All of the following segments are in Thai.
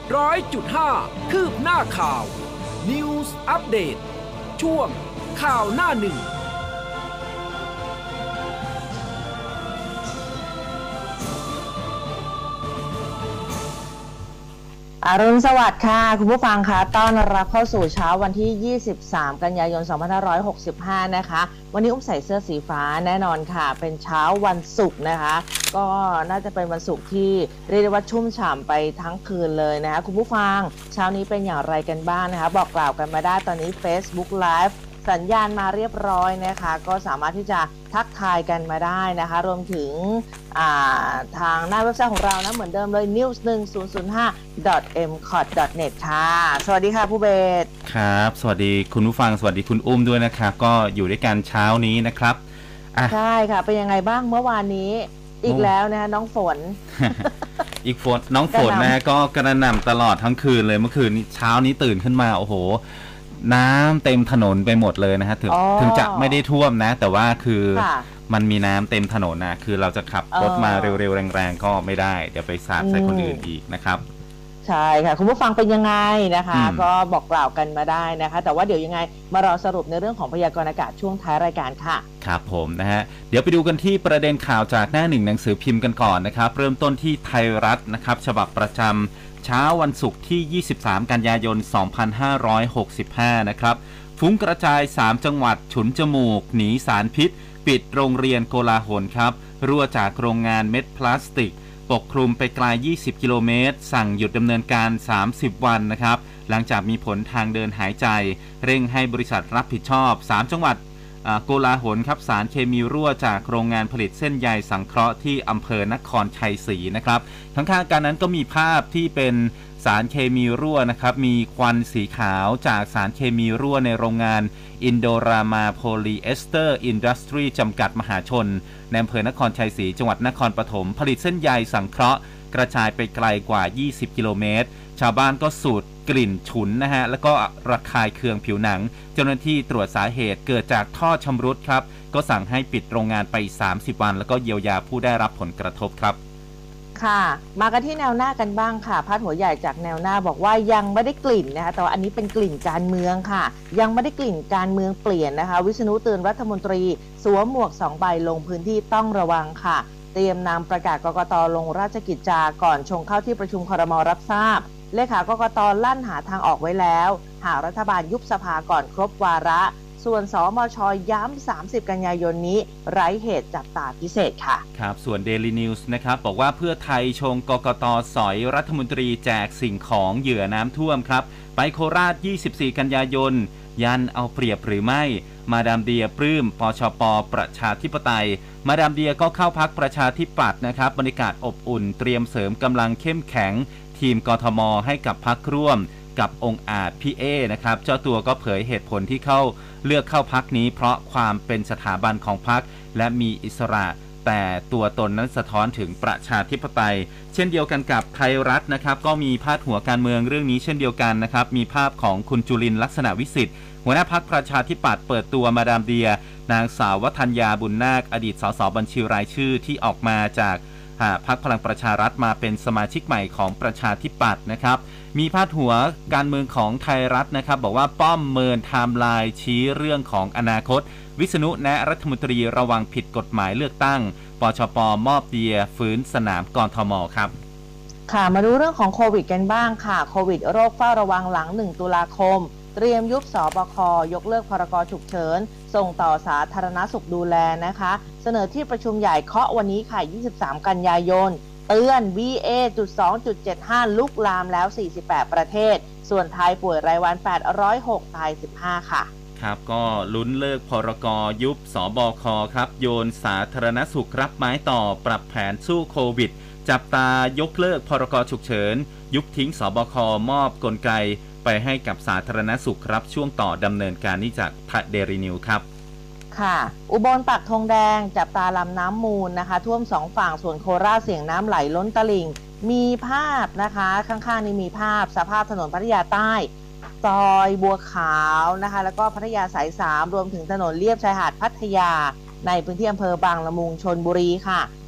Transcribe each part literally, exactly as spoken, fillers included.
ร้อยจุดห้าคืบหน้าข่าว News Update ช่วงข่าวหน้าหนึ่งอรุณสวัสดิ์ค่ะคุณผู้ฟังคะต้อนรับเข้าสู่เช้าวันที่ยี่สิบสามกันยายนสองพันห้าร้อยหกสิบห้านะคะวันนี้อุ้มใส่เสื้อสีฟ้าแน่นอนค่ะเป็นเช้าวันศุกร์นะคะก็น่าจะเป็นวันศุกร์ที่เรียกได้ว่าชุ่มฉ่ำไปทั้งคืนเลยนะคะคุณผู้ฟังเช้านี้เป็นอย่างไรกันบ้างนะคะบอกกล่าวกันมาได้ตอนนี้ Facebook Live สัญญาณมาเรียบร้อยนะคะก็สามารถที่จะทักทายกันมาได้นะคะรวมถึงทางหน้าเว็บไซต์ของเรานะเหมือนเดิมเลย นิวส์ หนึ่งศูนย์ศูนย์ห้า ดอท เอ็ม คอท ดอท เน็ต ค่ะสวัสดีค่ะผู้เบสครับสวัสดีคุณผู้ฟังสวัสดีคุณอุ้มด้วยนะครับก็อยู่ด้วยกันเช้านี้นะครับใช่ค่ะเป็นยังไงบ้างเมื่อวานนี้อีกแล้วนะน้องฝนอีกฝนน้องฝนนะก็กระหน่ำตลอดทั้งคืนเลยเมื่อคืนเช้านี้ตื่นขึ้นมาโอ้โหน้ำเต็มถนนไปหมดเลยนะฮะถึงถึงจะไม่ได้ท่วมนะแต่ว่าคือมันมีน้ำเต็มถนนนะคือเราจะขับรถมาเร็วๆแรงๆก็ไม่ได้เดี๋ยวไปสาดใส่คนอื่นอีกนะครับใช่ค่ะคุณผู้ฟังเป็นยังไงนะคะก็บอกกล่าวกันมาได้นะคะแต่ว่าเดี๋ยวยังไงมารอสรุปในเรื่องของพยากรณ์อากาศช่วงท้ายรายการค่ะครับผมนะฮะเดี๋ยวไปดูกันที่ประเด็นข่าวจากหน้าหนึ่งหนังสือพิมพ์กันก่อนนะครับเริ่มต้นที่ไทยรัฐนะครับฉบับประจำเช้าวันศุกร์ที่ยี่สิบสามกันยายนสองพันห้าร้อยหกสิบห้านะครับฟุ้งกระจายสามจังหวัดฉุนจมูกหนีสารพิษปิดโรงเรียนโกลาหลครับรั่วจากโรงงานเม็ดพลาสติกปกคลุมไปไกลยี่สิบกิโลเมตรสั่งหยุดดำเนินการสามสิบวันนะครับหลังจากมีผลทางเดินหายใจเร่งให้บริษัทรับผิดชอบสามจังหวัดโกลาหลครับสารเคมีรั่วจากโรงงานผลิตเส้นใยสังเคราะห์ที่อำเภอนครชัยศรีนะครับทั้งข้างกันนั้นก็มีภาพที่เป็นสารเคมีรั่วนะครับมีควันสีขาวจากสารเคมีรั่วในโรงงานอินโดรามาโพลีเอสเตอร์อินดัสทรีจำกัดมหาชนในอำเภอนครชัยศรีจังหวัดนครปฐมผลิตเส้นใยสังเคราะห์กระจายไปไกลกว่ายี่สิบกิโลเมตรชาวบ้านก็สูดกลิ่นฉุนนะฮะแล้วก็ระคายเคืองผิวหนังเจ้าหน้าที่ตรวจสาเหตุเกิดจากท่อชำรุดครับก็สั่งให้ปิดโรงงานไปสามสิบวันแล้วก็เยียวยาผู้ได้รับผลกระทบครับค่ะมากันที่แนวหน้ากันบ้างค่ะพาดหัวใหญ่จากแนวหน้าบอกว่ายังไม่ได้กลิ่นนะคะแต่ว่าอันนี้เป็นกลิ่นการเมืองค่ะยังไม่ได้กลิ่นการเมืองเปลี่ยนนะคะวิษณุเตือนรัฐมนตรีสวมหมวกสองใบลงพื้นที่ต้องระวังค่ะเตรียมนำประกาศกกต.ลงราชกิจจาก่อนชงเข้าที่ประชุมครม.รับทราบเลขากกต.ลั่นหาทางออกไว้แล้วหากรัฐบาลยุบสภาก่อนครบวาระส่วนสมช.ย้ำสามสิบกันยายนนี้ไร้เหตุจับตาพิเศษค่ะครับส่วน Daily News นะครับบอกว่าเพื่อไทยชงกกต.สอยรัฐมนตรีแจกสิ่งของเหยื่อน้ำท่วมครับไปโคราชยี่สิบสี่กันยายนยันเอาเปรียบหรือไม่มาดามเดียปลื้มปชป.ประชาธิปไตยมาดามเดียก็เข้าพักประชาธิปัตย์นะครับบรรยากาศอบอุ่นเตรียมเสริมกำลังเข้มแข็งทีมกทม.ให้กับพรรคร่วมกับองค์อาจพี่เอนะครับเจ้าตัวก็เผยเหตุผลที่เข้าเลือกเข้าพรรคนี้เพราะความเป็นสถาบันของพรรคและมีอิสระแต่ตัวตนนั้นสะท้อนถึงประชาธิปไตยเช่นเดียวกันกับไทยรัฐนะครับก็มีพาดหัวการเมืองเรื่องนี้เช่นเดียวกันนะครับมีภาพของคุณจุลินทร์ลักษณะวิสิทธิ์หัวหน้าพรรคประชาธิปัตย์เปิดตัวมาดามเดียนางสาววัฒนยาบุญนาคอดีตสสบัญชีรายชื่อที่ออกมาจากพรรคพลังประชารัฐมาเป็นสมาชิกใหม่ของประชาธิปัตย์นะครับมีพาดหัวการเมืองของไทยรัฐนะครับบอกว่าป้อมเมินไทม์ไลน์ชี้เรื่องของอนาคตวิษณุแนะรัฐมนตรีระวังผิดกฎหมายเลือกตั้งปชป.มอบเดียฟื้นสนามกทม.ครับค่ะมาดูเรื่องของโควิดกันบ้างค่ะโควิดโรคเฝ้าระวังหลังหนึ่งตุลาคมเตรียมยุบสบคยกเลิกพรกฉุกเฉินส่งต่อสาธารณสุขดูแลนะคะเสนอที่ประชุมใหญ่เคาะวันนี้ค่ะยี่สิบสามกันยายนเตือน วี เอ จุด สองจุดเจ็ดห้า ลุกลามแล้วสี่สิบแปดประเทศส่วนไทยป่วยรายวันแปดร้อยหกตายสิบห้าค่ะครับก็ลุ้นเลิกพรกยุบสบคครับโยนสาธารณสุขรับไม้ต่อปรับแผนสู้โควิดจับตายกเลิกพรกฉุกเฉินยุบทิ้งสบคมอบกลไกไปให้กับสาธารณสุขรับช่วงต่อดำเนินการนี้จากเดลินิวครับค่ะอุบลปักธงแดงจับตาลำน้ำมูลนะคะท่วมสองฝั่งส่วนโคราชเสี่ยงน้ำไหลล้นตลิ่งมีภาพนะคะข้างๆนี้มีภาพสภาพถนนพัทยาใต้ซอยบัวขาวนะคะแล้วก็พัทยาสายสามรวมถึงถนนเลียบชายหาดพัทยาในพื้นที่อำเภอบางละมุงชลบุรีค่ะ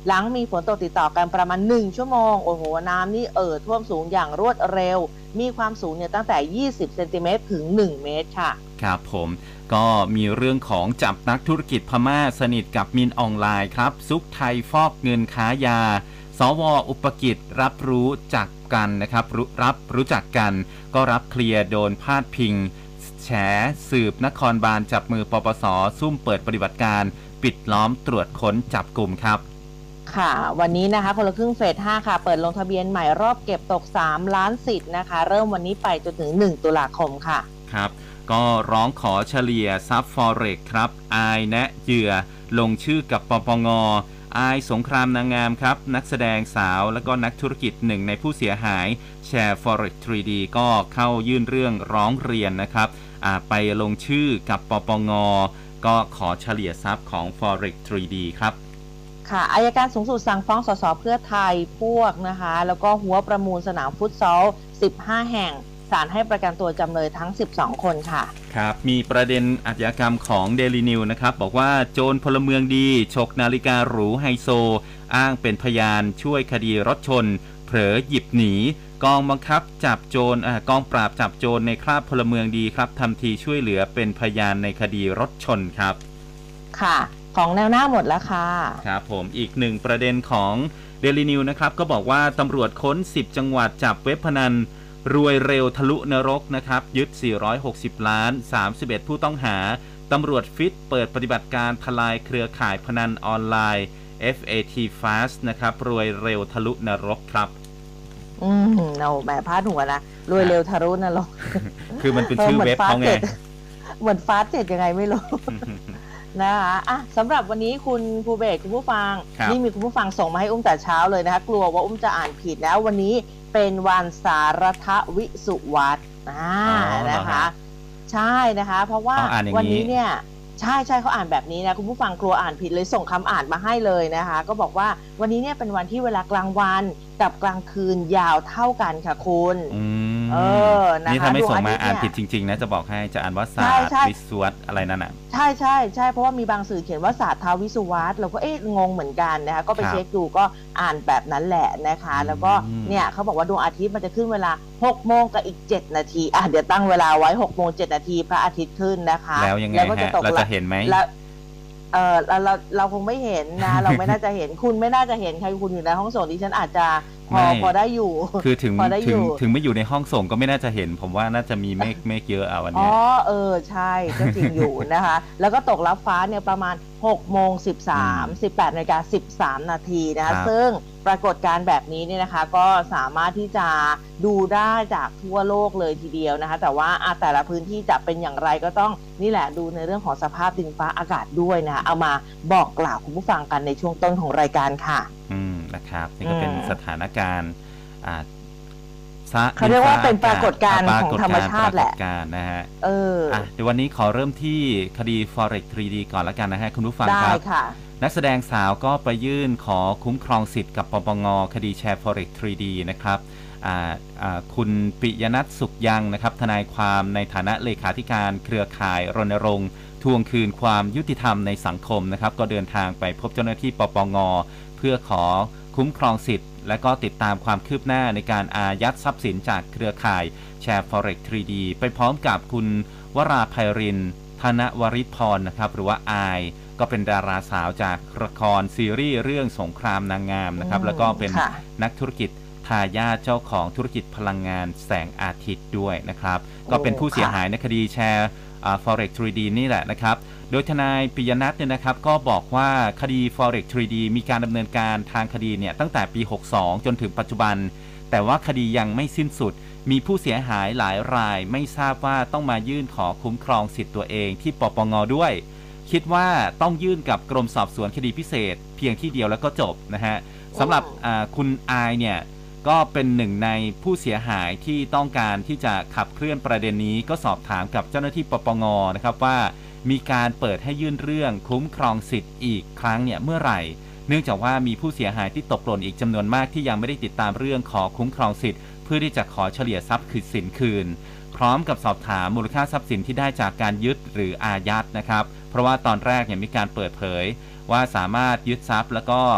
หลังมีฝนตกติดต่อกันประมาณหนึ่งชั่วโมงโอ้โหน้ำนี่เอ่อท่วมสูงอย่างรวดเร็วมีความสูงเนี่ยตั้งแต่ยี่สิบเซนติเมตรถึงหนึ่งเมตรค่ะครับผมก็มีเรื่องของจับนักธุรกิจพม่าสนิทกับมินออนไลน์ครับซุกไทยฟอกเงินค้ายาสวอุปกิจรับรู้จักกันนะครับรรับรู้จักกันก็รับเคลียร์โดนพาดพิงแฉสืบนครบาลจับมือปปสซุ่มเปิดปฏิบัติการปิดล้อมตรวจค้นจับกลุ่มครับค่ะวันนี้นะคะคนละครึ่งเฟสห้าค่ะเปิดลงทะเบียนใหม่รอบเก็บตกสามล้านสิทธิ์นะคะเริ่มวันนี้ไปจนถึงหนึ่งตุลาคมค่ะครับก็ร้องขอเฉลี่ยซับฟอเร็กครับอายแนะเหยื่อลงชื่อกับปปงอายสงครามนางงามครับนักแสดงสาวและก็นักธุรกิจหนึ่งในผู้เสียหายแชร์ Forex ทรี ดี ก็เข้ายื่นเรื่องร้องเรียนนะครับไปลงชื่อกับปปงก็ขอเฉลี่ยทรัพย์ของ Forex ทรี ดี ครับค่ะอัยการสูงสุดสั่งฟ้องสสเพื่อไทยพวกนะคะแล้วก็หัวประมูลสนามฟุตซอลสิบห้าแห่งศาลให้ประกันตัวจำเลยทั้งสิบสองคนค่ะครับมีประเด็นอาชญากรรมของ Daily News นะครับบอกว่าโจรพลเมืองดีฉกนาฬิกาหรูไฮโซอ้างเป็นพยานช่วยคดีรถชนเผลอหยิบหนีกองบังคับจับโจรกองปราบจับโจรในคราบพลเมืองดีครับทำทีช่วยเหลือเป็นพยานในคดีรถชนครับค่ะของแนวหน้าหมดแล้วค่ะครับผมอีกหนึ่งประเด็นของ Daily News นะครับก็บอกว่าตำรวจค้นสิบจังหวัดจับเว็บพนันรวยเร็วทะลุนรกนะครับยึดสี่ร้อยหกสิบล้านสามสิบเอ็ดผู้ต้องหาตำรวจฟิตเปิดปฏิบัติการทลายเครือข่ายพนันออนไลน์ เอฟ เอ ที Fast นะครับรวยเร็วทะลุนรกครับอืมเอาแบบพาดหัวนะรวยเร็วทะลุนรกคือมันเป็นชื่อเว็บเขาไงเหมือนฟาสเจ็ดยังไงไม่รู้นะคะอ่ะสำหรับวันนี้คุณภูเบศคุณผู้ฟังนี่มีคุณผู้ฟังส่งมาให้อุ้มแต่เช้าเลยนะคะกลัวว่าอุ้มจะอ่านผิดแล้ววันนี้เป็นวันสารทวิสุวัตอ่านะคะใช่นะคะเพราะว่าวันนี้เนี่ยใช่ใช่เขาอ่านแบบนี้นะคุณผู้ฟังกลัวอ่านผิดเลยส่งคำอ่านมาให้เลยนะคะก็บอกว่าวันนี้เนี่ยเป็นวันที่เวลากลางวันกับกลางคืนยาวเท่ากันค่ะคุณเออนี่ถ้าไม่ส่งมาอ่านผิดจริงๆนะจะบอกให้จะอ่านว่าศาสตร์วิศวะอะไรนั่นน่ะใช่ใช่ใช่เพราะว่ามีบางสื่อเขียนว่าศาสตร์ทวิศวะเราก็เอ๊ะงงเหมือนกันนะคะก็ไปเช็คดูก็อ่านแบบนั้นแหละนะคะแล้วก็เนี่ยเขาบอกว่าดวงอาทิตย์มันจะขึ้นเวลาหกโมงกับอีกเจ็ดนาทีอ่ะเดี๋ยวตั้งเวลาไว้หกโมงเจ็ดนาทีพระอาทิตย์ขึ้นนะคะแล้วยังไงฮะเราจะเห็นไหมเออเราเราเราคงไม่เห็นนะเราไม่น่าจะเห็นคุณไม่น่าจะเห็นใครคุณอยู่ในห้องส่งดิฉันอาจจะพอพอได้อยู่คือถึงถึงถึงไม่อยู่ในห้องส่งก็ไม่น่าจะเห็นผมว่าน่าจะมีเมฆเมฆเยอะอ่ะวันนี้อ๋อเออใช่ก็จริงอยู่นะคะแล้วก็ตกรับฟ้าเนี่ยประมาณหกโมงสิบสาม สิบแปดนาฬิกาสิบสามนาทีนะคะซึ่งปรากฏการณ์แบบนี้เนี่ยนะคะก็สามารถที่จะดูได้จากทั่วโลกเลยทีเดียวนะคะแต่ว่าแต่ละพื้นที่จะเป็นอย่างไรก็ต้องนี่แหละดูในเรื่องของสภาพดินฟ้าอากาศด้วยนะเอามาบอกกล่าวคุณผู้ฟังกันในช่วงต้นของรายการค่ะอืมนะครับนี่ก็เป็นสถานการณ์อ่าเขาเรียกว่าเป็นปรากฏการณ์ของธรรมชาติแหละนะฮะเอออ่ะเดี๋ยววันนี้ขอเริ่มที่คดี Forex ทรี ดี ก่อนละกันนะฮะคุณผู้ฟังครับนักแสดงสาวก็ไปยื่นขอคุ้มครองสิทธิ์กับปปงคดีแชร์ Forex ทรี ดี นะครับอ่าอ่าคุณปิยนัทสุขยังนะครับทนายความในฐานะเลขาธิการเครือข่ายรณรงค์ทวงคืนความยุติธรรมในสังคมนะครับก็เดินทางไปพบเจ้าหน้าที่ปปงเพื่อขอคุ้มครองสิทธิ์และก็ติดตามความคืบหน้าในการอายัดทรัพย์สินจากเครือข่ายแชร์ Forex ทรี ดี ไปพร้อมกับคุณวราไพรินทร์ธนวริพรนะครับหรือว่าอายก็เป็นดาราสาวจากละครซีรีส์เรื่องสงครามนางงามนะครับแล้วก็เป็นนักธุรกิจทายาทเจ้าของธุรกิจพลังงานแสงอาทิตย์ด้วยนะครับก็เป็นผู้เสียหายในคดีแชร์ Forex ทรี ดี นี่แหละนะครับโดยทนายปิยนัทเนี่ยนะครับก็บอกว่าคดี Forex ทรี ดี มีการดำเนินการทางคดีเนี่ยตั้งแต่ปีหกสองจนถึงปัจจุบันแต่ว่าคดียังไม่สิ้นสุดมีผู้เสียหายหลายรายไม่ทราบว่าต้องมายื่นขอคุ้มครองสิทธิ์ตัวเองที่ปปงด้วยคิดว่าต้องยื่นกับกรมสอบสวนคดีพิเศษเพียงที่เดียวแล้วก็จบนะฮะสำหรับคุณอายเนี่ยก็เป็นหนึ่งในผู้เสียหายที่ต้องการที่จะขับเคลื่อนประเด็นนี้ก็สอบถามกับเจ้าหน้าที่ปปงนะครับว่ามีการเปิดให้ยื่นเรื่องคุ้มครองสิทธิ์อีกครั้งเนี่ยเมื่อไหร่เนื่องจากว่ามีผู้เสียหายที่ตกหล่นอีกจำนวนมากที่ยังไม่ได้ติดตามเรื่องขอคุ้มครองสิทธิ์เพื่อที่จะขอเฉลี่ยทรัพย์คืนสินคืนพร้อมกับสอบถามมูลค่าทรัพย์สินที่ได้จากการยึดหรืออายัดนะครับเพราะว่าตอนแรกเนี่ยมีการเปิดเผยว่าสามารถยึดทรัพย์แล้วก็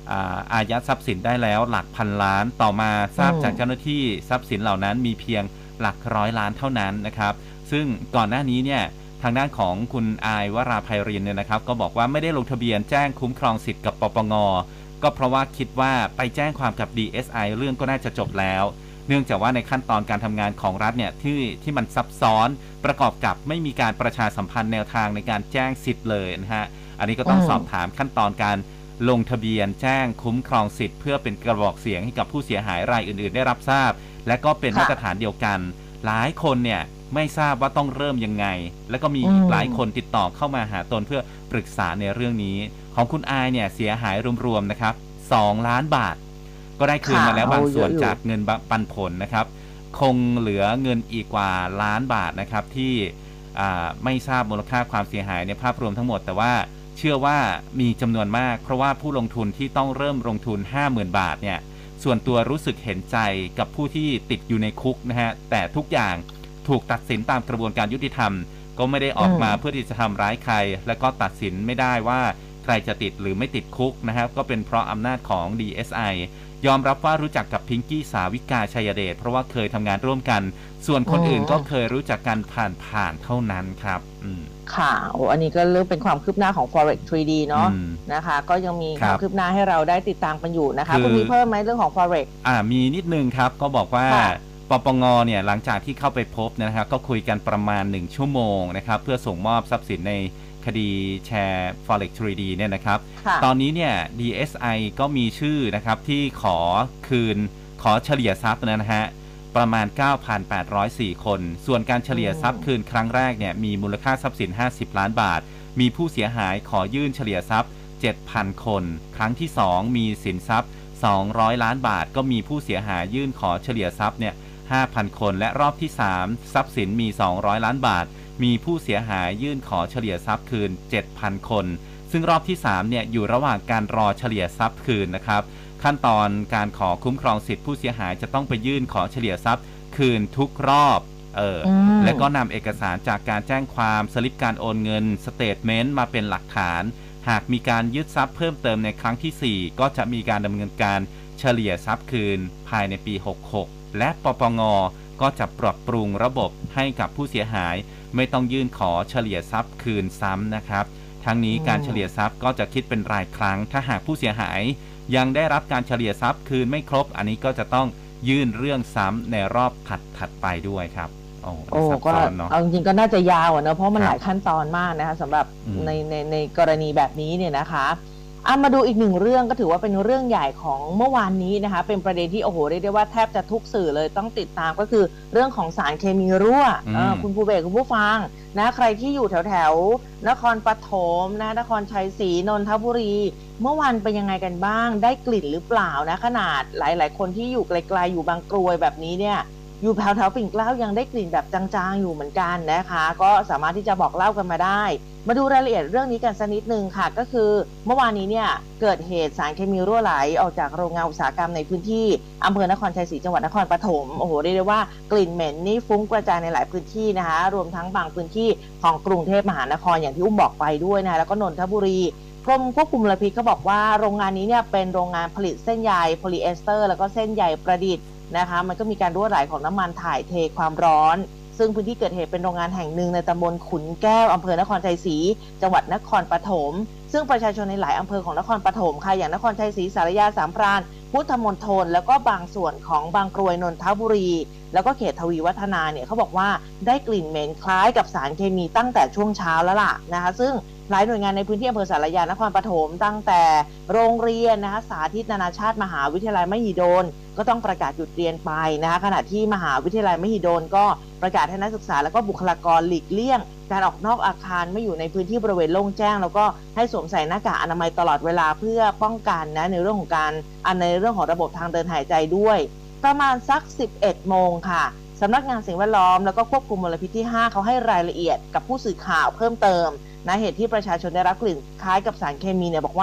อายัดทรัพย์สินได้แล้วหลักพันล้านต่อมาทราบจากเจ้าหน้าที่ทรัพย์สินเหล่านั้นมีเพียงหลักร้อยล้านเท่านั้นนะครับซึ่งก่อนหน้านี้เนี่ยทางด้านของคุณอายวราภัยรินเนี่ยนะครับก็บอกว่าไม่ได้ลงทะเบียนแจ้งคุ้มครองสิทธิ์กับปปงก็เพราะว่าคิดว่าไปแจ้งความกับ ดี เอส ไอ เรื่องก็น่าจะจบแล้วเนื่องจากว่าในขั้นตอนการทำงานของรัฐเนี่ยที่ที่มันซับซ้อนประกอบกับไม่มีการประชาสัมพันธ์แนวทางในการแจ้งสิทธิ์เลยนะฮะอันนี้ก็ต้องสอบถามขั้นตอนการลงทะเบียนแจ้งคุ้มครองสิทธิ์เพื่อเป็นกระบอกเสียงให้กับผู้เสียหายรายอื่นๆได้รับทราบและก็เป็นมาตรฐานเดียวกันหลายคนเนี่ยไม่ทราบว่าต้องเริ่มยังไงแล้วก็มีอีกหลายคนติดต่อเข้ามาหาตนเพื่อปรึกษาในเรื่องนี้ของคุณอายเนี่ยเสียหายรวมๆนะครับสองล้านบาทก็ได้คืนมาแล้วบางส่วนจากเงินปันผลนะครับคงเหลือเงินอีกกว่าล้านบาทนะครับที่ไม่ทราบมูลค่าความเสียหายในภาพรวมทั้งหมดแต่ว่าเชื่อว่ามีจำนวนมากเพราะว่าผู้ลงทุนที่ต้องเริ่มลงทุน ห้าหมื่น บาทเนี่ยส่วนตัวรู้สึกเห็นใจกับผู้ที่ติดอยู่ในคุกนะฮะแต่ทุกอย่างถูกตัดสินตามกระบวนการยุติธรรมก็ไม่ได้ออกมาเพื่อที่จะทำร้ายใครและก็ตัดสินไม่ได้ว่าใครจะติดหรือไม่ติดคุกนะครับก็เป็นเพราะอำนาจของ ดี เอส ไอ ยอมรับว่ารู้จักกับพิงกี้สาวิกาชัยเดชเพราะว่าเคยทำงานร่วมกันส่วนคนอื่นก็เคยรู้จักกันผ่านผ่านเท่านั้นครับอืมค่ะโอ้อันนี้ก็เรื่องเป็นความคืบหน้าของ Forex ทรี ดี เนาะนะคะก็ยังมีความคืบหน้าให้เราได้ติดตามกันอยู่นะคะคุณมีเพิ่มไหมเรื่องของ Forex อ่ามีนิดนึงครับก็บอกว่าปปงเนี่ยหลังจากที่เข้าไปพบนะครับก็คุยกันประมาณหนึ่งชั่วโมงนะครับเพื่อส่งมอบทรัพย์สินในคดีแชร์ Forex ทรี ดี เนี่ยนะครับตอนนี้เนี่ย ดี เอส ไอ ก็มีชื่อนะครับที่ขอคืนขอเฉลี่ยทรัพย์นะฮะประมาณ เก้าพันแปดร้อยสี่ คนส่วนการเฉลี่ยทรัพย์คืนครั้งแรกเนี่ยมีมูลค่าทรัพย์สินห้าสิบล้านบาทมีผู้เสียหายขอยื่นเฉลี่ยทรัพย์ เจ็ดพัน คนครั้งที่สองมีสินทรัพย์สองร้อยล้านบาทก็มีผู้เสียหายยื่นขอเฉลี่ยทรัพย์เนี่ย ห้าพัน คนและรอบที่สามทรัพย์สินมีสองร้อยล้านบาทมีผู้เสียหายยื่นขอเฉลี่ยทรัพย์คืน เจ็ดพัน คนซึ่งรอบที่สามเนี่ยอยู่ระหว่างการรอเฉลี่ยทรัพย์คืนนะครับขั้นตอนการขอคุ้มครองสิทธิผู้เสียหายจะต้องไปยื่นขอเฉลี่ยทรัพย์คืนทุกรอบเออและก็นำเอกสารจากการแจ้งความสลิปการโอนเงินสเตทเมนต์มาเป็นหลักฐานหากมีการยึดทรัพย์เพิ่มเติมในครั้งที่สี่ก็จะมีการดำเนินการเฉลี่ยทรัพย์คืนภายในปีหกสิบหกและปปงก็จะปรับปรุงระบบให้กับผู้เสียหายไม่ต้องยื่นขอเฉลี่ยทรัพย์คืนซ้ำนะครับทั้งนี้การเฉลี่ยทรัพย์ก็จะคิดเป็นรายครั้งถ้าหากผู้เสียหายยังได้รับการเฉลี่ยทรัพย์คืนไม่ครบอันนี้ก็จะต้องยื่นเรื่องซ้ำในรอบถัดถัดไปด้วยครับโอ้โอ้ก็เอาจริงๆก็น่าจะยาวเนอะเพราะมันหลายขั้นตอนมากนะคะสำหรับในในในกรณีแบบนี้เนี่ยนะคะเอามาดูอีกหนึ่งเรื่องก็ถือว่าเป็นเรื่องใหญ่ของเมื่อวานนี้นะคะเป็นประเด็นที่โอ้โหเรียกได้ว่าแทบจะทุกสื่อเลยต้องติดตามก็คือเรื่องของสารเคมีรั่วคุณผู้เบกคุณผู้ฟังนะใครที่อยู่แถวแถวนครปฐมนะนครชัยศรีนนทบุรีเมื่อวานเป็นยังไงกันบ้างได้กลิ่นหรือเปล่านะขนาดหลายๆคนที่อยู่ไกลๆอยู่บางกรวยแบบนี้เนี่ยอยู่แถวแถวปิ่นเกล้ายังได้กลิ่นแบบจางๆอยู่เหมือนกันนะคะก็สามารถที่จะบอกเล่ากันมาได้มาดูรายละเอียดเรื่องนี้กันสักนิดนึงค่ะก็คือเมื่อวานนี้เนี่ยเกิดเหตุสารเคมีรั่วไหลออกจากโรงงานอุตสาหกรรมในพื้นที่อำเภอนครชัยศรีจังหวัดนครปฐมโอ้โหเรียกได้ว่ากลิ่นเหม็นนี่ฟุ้งกระจายในหลายพื้นที่นะคะรวมทั้งบางพื้นที่ของกรุงเทพมหานครอย่างที่อุ้มบอกไปด้วยนะแล้วก็นนทบุรีกรมควบคุมมลพิษเขาบอกว่าโรงงานนี้เนี่ยเป็นโรงงานผลิตเส้นใยโพลีเอสเตอร์แล้วก็เส้นใยประดิษฐ์นะคะมันก็มีการรั่วไหลของน้ำมันถ่ายเทความร้อนซึ่งพื้นที่เกิดเหตุเป็นโรงงานแห่งหนึ่งในตำบลขุนแก้วอำเภอนครชัยศรีจังหวัดนครปฐมซึ่งประชาชนในหลายอำเภอของนครปฐมค่ะอย่างนครชัยศรีสารยาสามพรานพุทธมณฑลแล้วก็บางส่วนของบางกรวยนนทบุรีแล้วก็เขตทวีวัฒนาเนี่ยเขาบอกว่าได้กลิ่นเหม็นคล้ายกับสารเคมีตั้งแต่ช่วงเช้าแล้วล่ะนะคะซึ่งหลายหน่วยงานในพื้นที่อำเภอสารยานครปฐมตั้งแต่โรงเรียนนะคะสาธิตนานาชาติมหาวิทยาลัยมหิดลก็ต้องประกาศหยุดเรียนไปนะคะขณะที่มหาวิทยาลัยมหิดลก็ประกาศให้นักศึกษาและก็บุคลากรหลีกเลี่ยงการออกนอกอาคารไม่อยู่ในพื้นที่บริเวณโล่งแจ้งแล้วก็ให้สวมใส่หน้ากากอนามัยตลอดเวลาเพื่อป้องกันนะในเรื่องของการอันในเรื่องของระบบทางเดินหายใจด้วยประมาณสักสิบเอ็ดโมงค่ะสำนักงานสิ่งแวดล้อมแล้วก็ควบคุมมลพิษที่ห้าเขาให้รายละเอียดกับผู้สื่อข่าวเพิ่มเติมนะเหตุที่ประชาชนได้รับกลิ่นคล้ายกับสารเคมีเนี่ยบอกว่า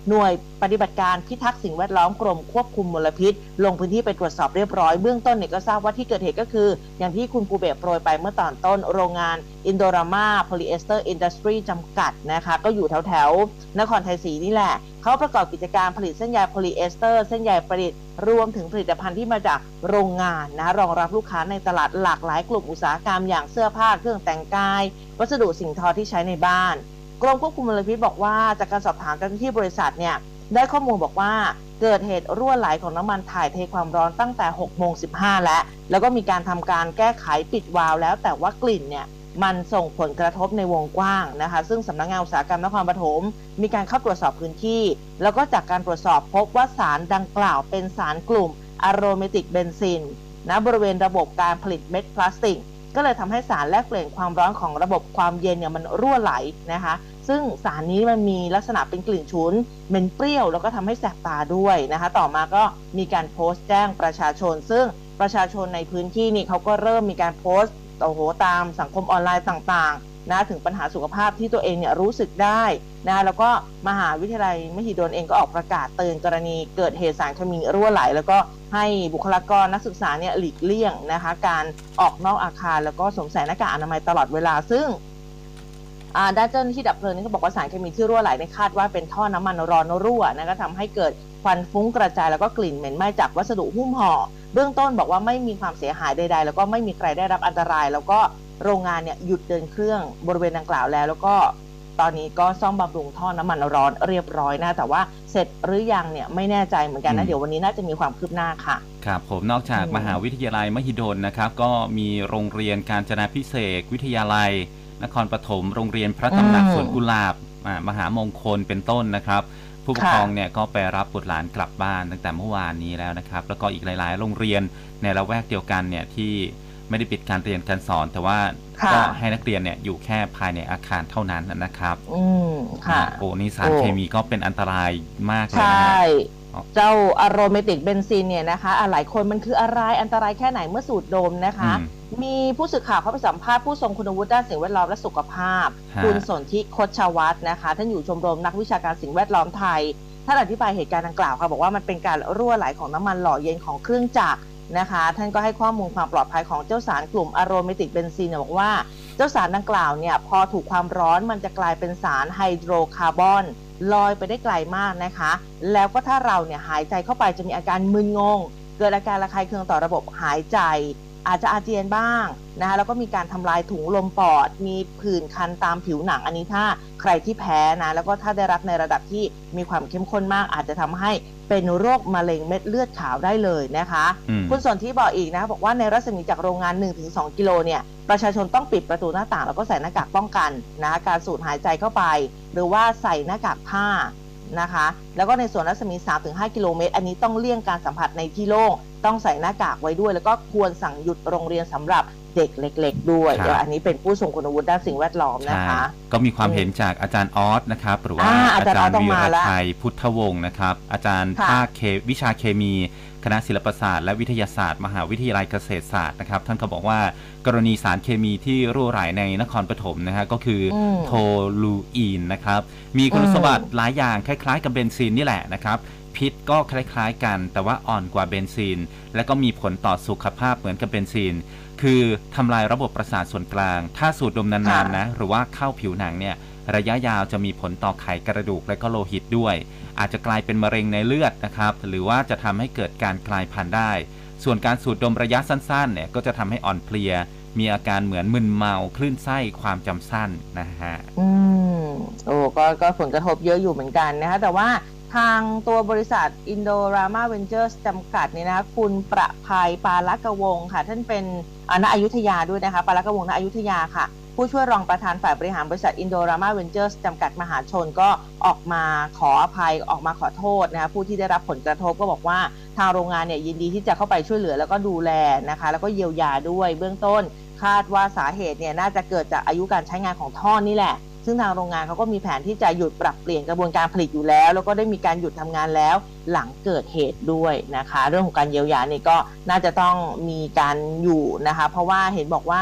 หน่วยปฏิบัติการพิทักษ์สิ่งแวดล้อมกรมควบคุมมลพิษลงพื้นที่ไปตรวจสอบเรียบร้อยเบื้องต้นเนี่ยก็ทราบว่าที่เกิดเหตุก็คืออย่างที่คุณภูเบศโปรยไปเมื่อตอนต้นโรงงานอินโดรามาโพลีเอสเตอร์อินดัสทรีจำกัดนะคะก็อยู่แถวแถวนครไทยศรีนี่แหละเขาประกอบกิจการผลิตเส้นใยโพลีเอสเตอร์เส้นใยประดิษฐ์รวมถึงผลิตภัณฑ์ที่มาจากโรงงานนะรองรับลูกค้าในตลาดหลากหลายกลุ่มอุตสาหกรรมอย่างเสื้อผ้าเครื่องแต่งกายวัสดุสิ่งทอที่ใช้ในบ้านกรมควบคุมมลพิษบอกว่าจากการสอบถามกันที่บริษัทเนี่ยได้ข้อมูลบอกว่าเกิดเหตุรั่วไหลของน้ำมันถ่ายเทความร้อนตั้งแต่ หกโมงสิบห้า แล้วแล้วก็มีการทำการแก้ไขปิดวาล์วแล้วแต่ว่ากลิ่นเนี่ยมันส่งผลกระทบในวงกว้างนะคะซึ่งสำนักงานอุตสาหกรรมนครปฐมมีการเข้าตรวจสอบพื้นที่แล้วก็จากการตรวจสอบพบว่าสารดังกล่าวเป็นสารกลุ่มอะโรเมติกเบนซินนะบริเวณระบบการผลิตเม็ดพลาสติกก็เลยทำให้สารแลกเปลี่ยนความร้อนของระบบความเย็นเนี่ยมันรั่วไหลนะคะซึ่งสารนี้มันมีลักษณะเป็นกลิ่นฉุนเหม็นเปรี้ยวแล้วก็ทำให้แสบตาด้วยนะคะต่อมาก็มีการโพสต์แจ้งประชาชนซึ่งประชาชนในพื้นที่นี่เขาก็เริ่มมีการโพสต์โอ้โหตามสังคมออนไลน์ต่างๆนะถึงปัญหาสุขภาพที่ตัวเองเนี่ยรู้สึกได้นะแล้วก็มหาวิทยาลัยมหิดลเองก็ออกประกาศเตือนกรณีเกิดเหตุสารเคมีรั่วไหลแล้วก็ให้บุคลากรนักศึกษาเนี่ยหลีกเลี่ยงนะคะการออกนอกอาคารแล้วก็สวมใส่หน้ากากอนามัยตลอดเวลาซึ่งด้านเจ้าหน้าที่ดับเพลิงนี่ก็บอกว่าสารเคมีที่รั่วไหลในคาดว่าเป็นท่อน้ำมันร้อนรั่วนะก็ทำให้เกิดควันฟุ้งกระจายแล้วก็กลิ่นเหม็นไหม้จากวัสดุหุ้มห่อเบื้องต้นบอกว่าไม่มีความเสียหายใดๆแล้วก็ไม่มีใครได้รับอันตรายแล้วก็โรงงานเนี่ยหยุดเดินเครื่องบริเวณดังกล่าวแล้วแล้วก็ตอนนี้ก็ซ่อมบำรุงท่อน้ำมันร้อนเรียบร้อยนะแต่ว่าเสร็จหรือยังเนี่ยไม่แน่ใจเหมือนกันนะเดี๋ยววันนี้น่าจะมีความคืบหน้าค่ะครับผมนอกจากมหาวิทยาลัยมหิดลนะครับก็มีโรงเรียนกาญจนาภิเษกวิทยาลัยนครปฐมโรงเรียนพระตำหนักสวนกุหลาบมหามงคลเป็นต้นนะครับผู้ปกครองเนี่ยก็ไปรับบุตรหลานกลับบ้านตั้งแต่เมื่อวานนี้แล้วนะครับแล้วก็อีกหลายๆโรงเรียนในละแวกเดียวกันเนี่ยที่ไม่ได้ปิดการเรียนการสอนแต่ว่าก็ให้นักเรียนเนี่ยอยู่แค่ภายในอาคารเท่านั้นนะครับอืมค่ะโอ้นี่สารเคมีก็เป็นอันตรายมากเลยนะใช่เจ้าอะโรเมติกเบนซินเนี่ยนะคะหลายคนมันคืออะไรอันตรายแค่ไหนเมื่อสูดดมนะคะมีผู้สื่อข่าวเข้าไปสัมภาษณ์ผู้ทรงคุณวุฒิด้านสิ่งแวดล้อมและสุขภาพคุณสนธิคชวัฒน์นะคะท่านอยู่ชมรมนักวิชาการสิ่งแวดล้อมไทยท่านอธิบายเหตุการณ์ดังกล่าวค่ะบอกว่ามันเป็นการรั่วไหลของน้ำมันหล่อเย็นของเครื่องจักรนะคะท่านก็ให้ข้อมูลความปลอดภัยของเจ้าสารกลุ่มอะโรเมติกเบนซินบอกว่าเจ้าสารดังกล่าวเนี่ยพอถูกความร้อนมันจะกลายเป็นสารไฮโดรคาร์บอนลอยไปได้ไกลมากนะคะแล้วก็ถ้าเราเนี่ยหายใจเข้าไปจะมีอาการมึนงงเกิดอาการระคายเคืองต่อระบบหายใจอาจจะอาเจียนบ้างนะคะแล้วก็มีการทำลายถุงลมปอดมีผื่นคันตามผิวหนังอันนี้ถ้าใครที่แพ้นะแล้วก็ถ้าได้รับในระดับที่มีความเข้มข้นมากอาจจะทำให้เป็นโรคมะเร็งเม็ดเลือดขาวได้เลยนะคะคุณสนธิบอกอีกนะบอกว่าในรัศมีจากโรงงาน หนึ่งถึงสอง กิโลเนี่ยประชาชนต้องปิดประตูหน้าต่างแล้วก็ใส่หน้ากากป้องกันนะการสูดหายใจเข้าไปหรือว่าใส่หน้ากากผ้านะคะแล้วก็ในส่วนรัศมี สามถึงห้า กิโลเมตรอันนี้ต้องเลี่ยงการสัมผัสในที่โล่งต้องใส่หน้ากากไว้ด้วยแล้วก็ควรสั่งหยุดโรงเรียนสำหรับเด็กเล็กๆด้วยอันนี้เป็นผู้ทรงคุณวุฒิด้านสิ่งแวดล้อมนะคะก็มีความเห็นจากอาจารย์ออสนะครับหรือว่าอาจารย์วีรชัยพุทธวงศ์นะครับอาจารย์ภาควิชาเคมีคณะศิลปศาสตร์และวิทยาศาสตร์มหาวิทยาลัยเกษตรศาสตร์นะครับท่านก็บอกว่ากรณีสารเคมีที่รั่วไหลในนครปฐมนะฮะก็คือโทลูอีนนะครับมีคุณสมบัติหลายอย่างคล้ายๆกับเบนซินนี่แหละนะครับพิษก็คล้ายๆกันแต่ว่าอ่อนกว่าเบนซินและก็มีผลต่อสุขภาพเหมือนกับเบนซินคือทำลายระบบประสาทส่วนกลางถ้าสูดดมนานๆนะหรือว่าเข้าผิวหนังเนี่ยระยะยาวจะมีผลต่อไขกระดูกและก็โลหิตด้วยอาจจะกลายเป็นมะเร็งในเลือดนะครับหรือว่าจะทำให้เกิดการกลายพันธุ์ได้ส่วนการสูดดมระยะสั้นๆเนี่ยก็จะทำให้อ่อนเพลียมีอาการเหมือนมึนเมาคลื่นไส้ความจำสั้นนะฮะอืมโอ้ก็ก็ผลกระทบเยอะอยู่เหมือนกันนะคะแต่ว่าทางตัวบริษัท Indorama Ventures จำกัดเนี่ยนะคะคุณประภัยปาลกวงศ์ค่ะท่านเป็นณอยุธยาด้วยนะคะปาลกวงศ์ณอยุธยาค่ะผู้ช่วยรองประธานฝ่ายบริหารบริษัท Indorama Ventures จำกัดมหาชนก็ออกมาขออภัยออกมาขอโทษนะคะผู้ที่ได้รับผลกระทบก็บอกว่าทางโรงงานเนี่ยยินดีที่จะเข้าไปช่วยเหลือแล้วก็ดูแลนะคะแล้วก็เยียวยาด้วยเบื้องต้นคาดว่าสาเหตุเนี่ยน่าจะเกิดจากอายุการใช้งานของท่อนี่แหละซึ่งทางโรงงานเขาก็มีแผนที่จะหยุดปรับเปลี่ยนกระบวนการผลิตอยู่แล้วแล้วก็ได้มีการหยุดทำงานแล้วหลังเกิดเหตุด้วยนะคะเรื่องของการเยียวยานี่ก็น่าจะต้องมีการอยู่นะคะเพราะว่าเห็นบอกว่า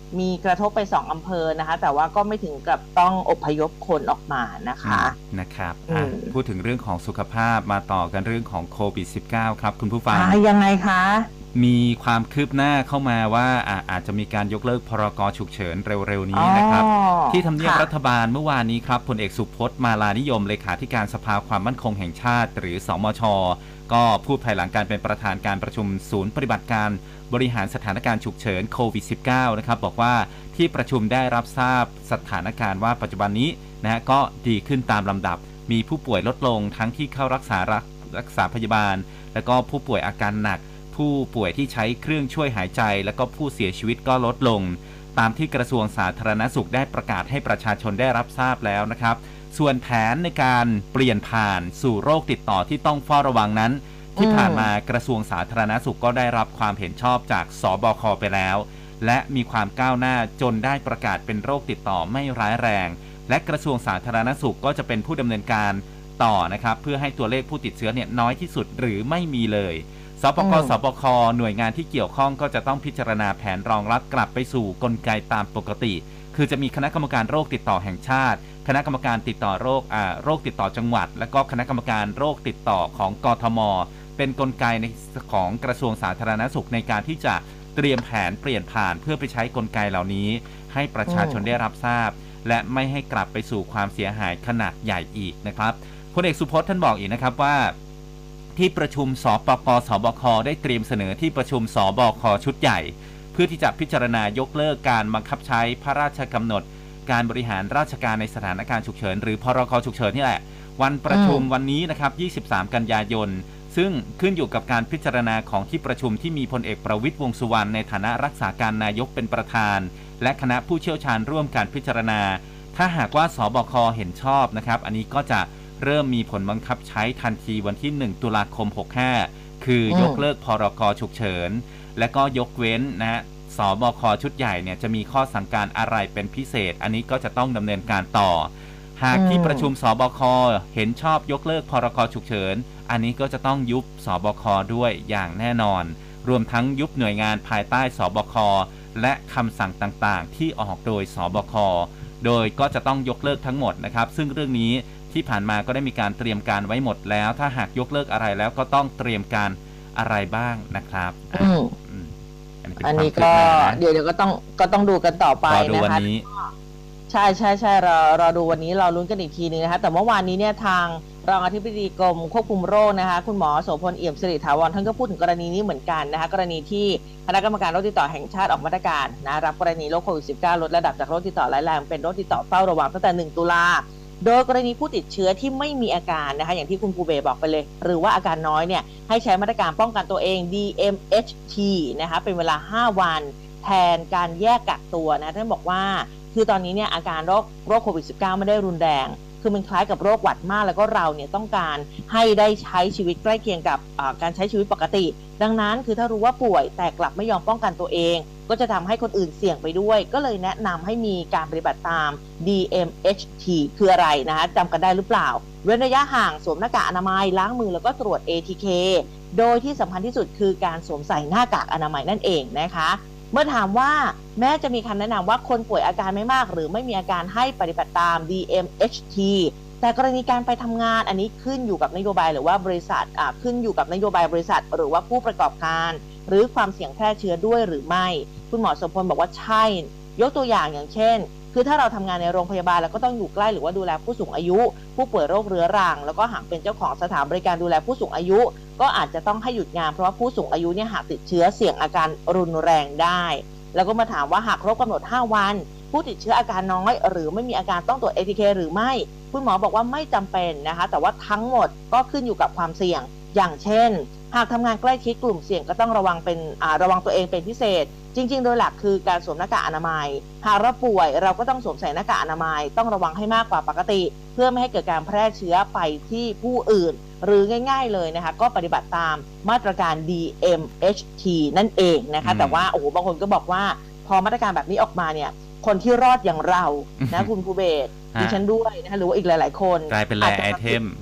มีกระทบไปสองอำเภอนะคะแต่ว่าก็ไม่ถึงกับต้องอพยพคนออกมานะคะนะครับพูดถึงเรื่องของสุขภาพมาต่อกันเรื่องของโควิด สิบเก้า ครับคุณผู้ฟังยังไงคะมีความคืบหน้าเข้ามาว่าอาอาจจะมีการยกเลิกพรกฉุกเฉินเร็วๆนี้นะครับที่ทำเนียบรัฐบาลเมื่อวานนี้ครับพลเอกสุพจน์มาลานิยมเลขาธิการสภาความมั่นคงแห่งชาติหรือสมช.ก็พูดภายหลังการเป็นประธานการประชุมศูนย์ปฏิบัติการบริหารสถานการณ์ฉุกเฉินโควิด สิบเก้า นะครับบอกว่าที่ประชุมได้รับทราบสถานการณ์ว่าปัจจุบันนี้นะก็ดีขึ้นตามลำดับมีผู้ป่วยลดลงทั้งที่เข้ารักษารักษาพยาบาลแล้วก็ผู้ป่วยอาการหนักผู้ป่วยที่ใช้เครื่องช่วยหายใจแล้วก็ผู้เสียชีวิตก็ลดลงตามที่กระทรวงสาธารณสุขได้ประกาศให้ประชาชนได้รับทราบแล้วนะครับส่วนแผนในการเปลี่ยนผ่านสู่โรคติดต่อที่ต้องเฝ้าระวังนั้นที่ผ่านมากระทรวงสาธารณสุขก็ได้รับความเห็นชอบจากสบคไปแล้วและมีความก้าวหน้าจนได้ประกาศเป็นโรคติดต่อไม่ร้ายแรงและกระทรวงสาธารณสุขก็จะเป็นผู้ดำเนินการต่อนะครับเพื่อให้ตัวเลขผู้ติดเชื้อเนี่ยน้อยที่สุดหรือไม่มีเลยสปก.สบค.หน่วยงานที่เกี่ยวข้องก็จะต้องพิจารณาแผนรองรับกลับไปสู่กลไกตามปกติคือจะมีคณะกรรมการโรคติดต่อแห่งชาติคณะกรรมการติดต่อโรคอ่าโรคติดต่อจังหวัดและก็คณะกรรมการโรคติดต่อของกทม.เป็นกลไกในของกระทรวงสาธารณสุขในการที่จะเตรียมแผนเปลี่ยนผ่านเพื่อไปใช้กลไกเหล่านี้ให้ประชาชนได้รับทราบและไม่ให้กลับไปสู่ความเสียหายขนาดใหญ่อีกนะครับพลเอกสุพจน์ท่านบอกอีกนะครับว่าที่ประชุมสปก.สบค.ได้เตรียมเสนอที่ประชุมสบค.ชุดใหญ่เพื่อที่จะพิจารณายกเลิกการบังคับใช้พระราชกำหนดการบริหารราชการในสถานการณ์ฉุกเฉินหรือพรก.ฉุกเฉินนี่แหละวันประชุมวันนี้นะครับยี่สิบสามกันยายนซึ่งขึ้นอยู่กับการพิจารณาของที่ประชุมที่มีพลเอกประวิตรวงษ์สุวรรณในฐานะรักษาการนายกเป็นประธานและคณะผู้เชี่ยวชาญร่วมการพิจารณาถ้าหากว่าสบค.เห็นชอบนะครับอันนี้ก็จะเริ่มมีผลบังคับใช้ทันทีวันที่หนึ่งตุลาคมหกสิบห้าคือยกเลิกพรก.ฉุกเฉินและก็ยกเว้นนะสบค.ชุดใหญ่เนี่ยจะมีข้อสั่งการอะไรเป็นพิเศษอันนี้ก็จะต้องดำเนินการต่อหากที่ประชุมสบค.เห็นชอบยกเลิกพรก.ฉุกเฉินอันนี้ก็จะต้องยุบสบค.ด้วยอย่างแน่นอนรวมทั้งยุบหน่วยงานภายใต้สบค.และคำสั่งต่างๆที่ออกโดยสบค.โดยก็จะต้องยกเลิกทั้งหมดนะครับซึ่งเรื่องนี้ที่ผ่านมาก็ได้มีการเตรียมการไว้หมดแล้วถ้าหากยกเลิกอะไรแล้วก็ต้องเตรียมการอะไรบ้างนะครับอืมอันนี้ก็เดี๋ยวเดี๋ยวก็ต้องก็ต้องดูกันต่อไปนะคะใช่ใช่ใช่เราเราดูวันนี้เราลุ้นกันอีกทีนึงนะคะแต่เมื่อวานนี้เนี่ยทางรองอธิบดีกรมควบคุมโรคนะคะคุณหมอโสพลเอี่ยมสิริถาวรท่านก็พูดถึงกรณีนี้เหมือนกันนะคะกรณีที่คณะกรรมการโรคติดต่อแห่งชาติออกมาตรการนะรับกรณีโรคโควิด สิบเก้า ลดระดับจากโรคติดต่อร้ายแรงเป็นโรคติดต่อเฝ้าระวังตั้งแต่หนึ่งตุลาโดยกรณีผู้ติดเชื้อที่ไม่มีอาการนะคะอย่างที่คุณภูเบศบอกไปเลยหรือว่าอาการน้อยเนี่ยให้ใช้มาตรการป้องกันตัวเอง ดี เอ็ม เอช ที นะคะเป็นเวลาห้าวันแทนการแยกกักตัวนะท่านบอกว่าคือตอนนี้เนี่ยอาการโรคโรคโควิด สิบเก้า ไม่ได้รุนแรงคือมันคล้ายกับโรคหวัดมากแล้วก็เราเนี่ยต้องการให้ได้ใช้ชีวิตใกล้เคียงกับการใช้ชีวิตปกติดังนั้นคือถ้ารู้ว่าป่วยแต่กลับไม่ยอมป้องกันตัวเองก็จะทำให้คนอื่นเสี่ยงไปด้วยก็เลยแนะนำให้มีการปฏิบัติตาม ดี เอ็ม เอช ที คืออะไรนะคะจำกันได้หรือเปล่าเว้นระยะห่างสวมหน้ากากอนามัยล้างมือแล้วก็ตรวจ เอ ที เค โดยที่สำคัญที่สุดคือการสวมใส่หน้ากากอนามัยนั่นเองนะคะเมื่อถามว่าแม้จะมีคำแนะนำว่าคนป่วยอาการไม่มากหรือไม่มีอาการให้ปฏิบัติตาม ดี เอ็ม เอช ที แต่กรณีการไปทำงานอันนี้ขึ้นอยู่กับนโยบายหรือว่าบริษัทอ่าขึ้นอยู่กับนโยบายบริษัทหรือว่าผู้ประกอบการหรือความเสี่ยงแพร่เชื้อด้วยหรือไม่คุณหมอโสพลบอกว่าใช่ยกตัวอย่างอย่างเช่นคือถ้าเราทำงานในโรงพยาบาลแล้วก็ต้องอยู่ใกล้หรือว่าดูแลผู้สูงอายุผู้ป่วยโรคเรื้อรังแล้วก็หากเป็นเจ้าของสถานบริการดูแลผู้สูงอายุก็อาจจะต้องให้หยุดงานเพราะว่าผู้สูงอายุเนี่ยหากติดเชื้อเสี่ยงอาการรุนแรงได้แล้วก็มาถามว่าหากครบกำหนดห้าวันผู้ติดเชื้ออาการน้อยหรือไม่มีอาการต้องตรวจ เอ ที เค หรือไม่คุณหมอบอกว่าไม่จำเป็นนะคะแต่ว่าทั้งหมดก็ขึ้นอยู่กับความเสี่ยงอย่างเช่นหากทำงานใกล้ชิดกลุ่มเสี่ยงก็ต้องระวังเป็นระวังตัวเองเป็นพิเศษจริงๆโดยหลักคือการสวมหน้ากากอนามัยหากเราป่วยเราก็ต้องสวมใส่หน้ากากอนามัยต้องระวังให้มากกว่าปกติเพื่อไม่ให้เกิดการแพร่เชื้อไปที่ผู้อื่นหรือง่ายๆเลยนะคะก็ปฏิบัติตามมาตรการ ดี เอ็ม เอช ที นั่นเองนะคะแต่ว่าโอ้โหบางคนก็บอกว่าพอมาตรการแบบนี้ออกมาเนี่ยคนที่รอดอย่างเรานะคุณภูเบศดิฉันด้วยนะคะหรือว่าอีกหลายๆคนกลายเป็นแลไอเทม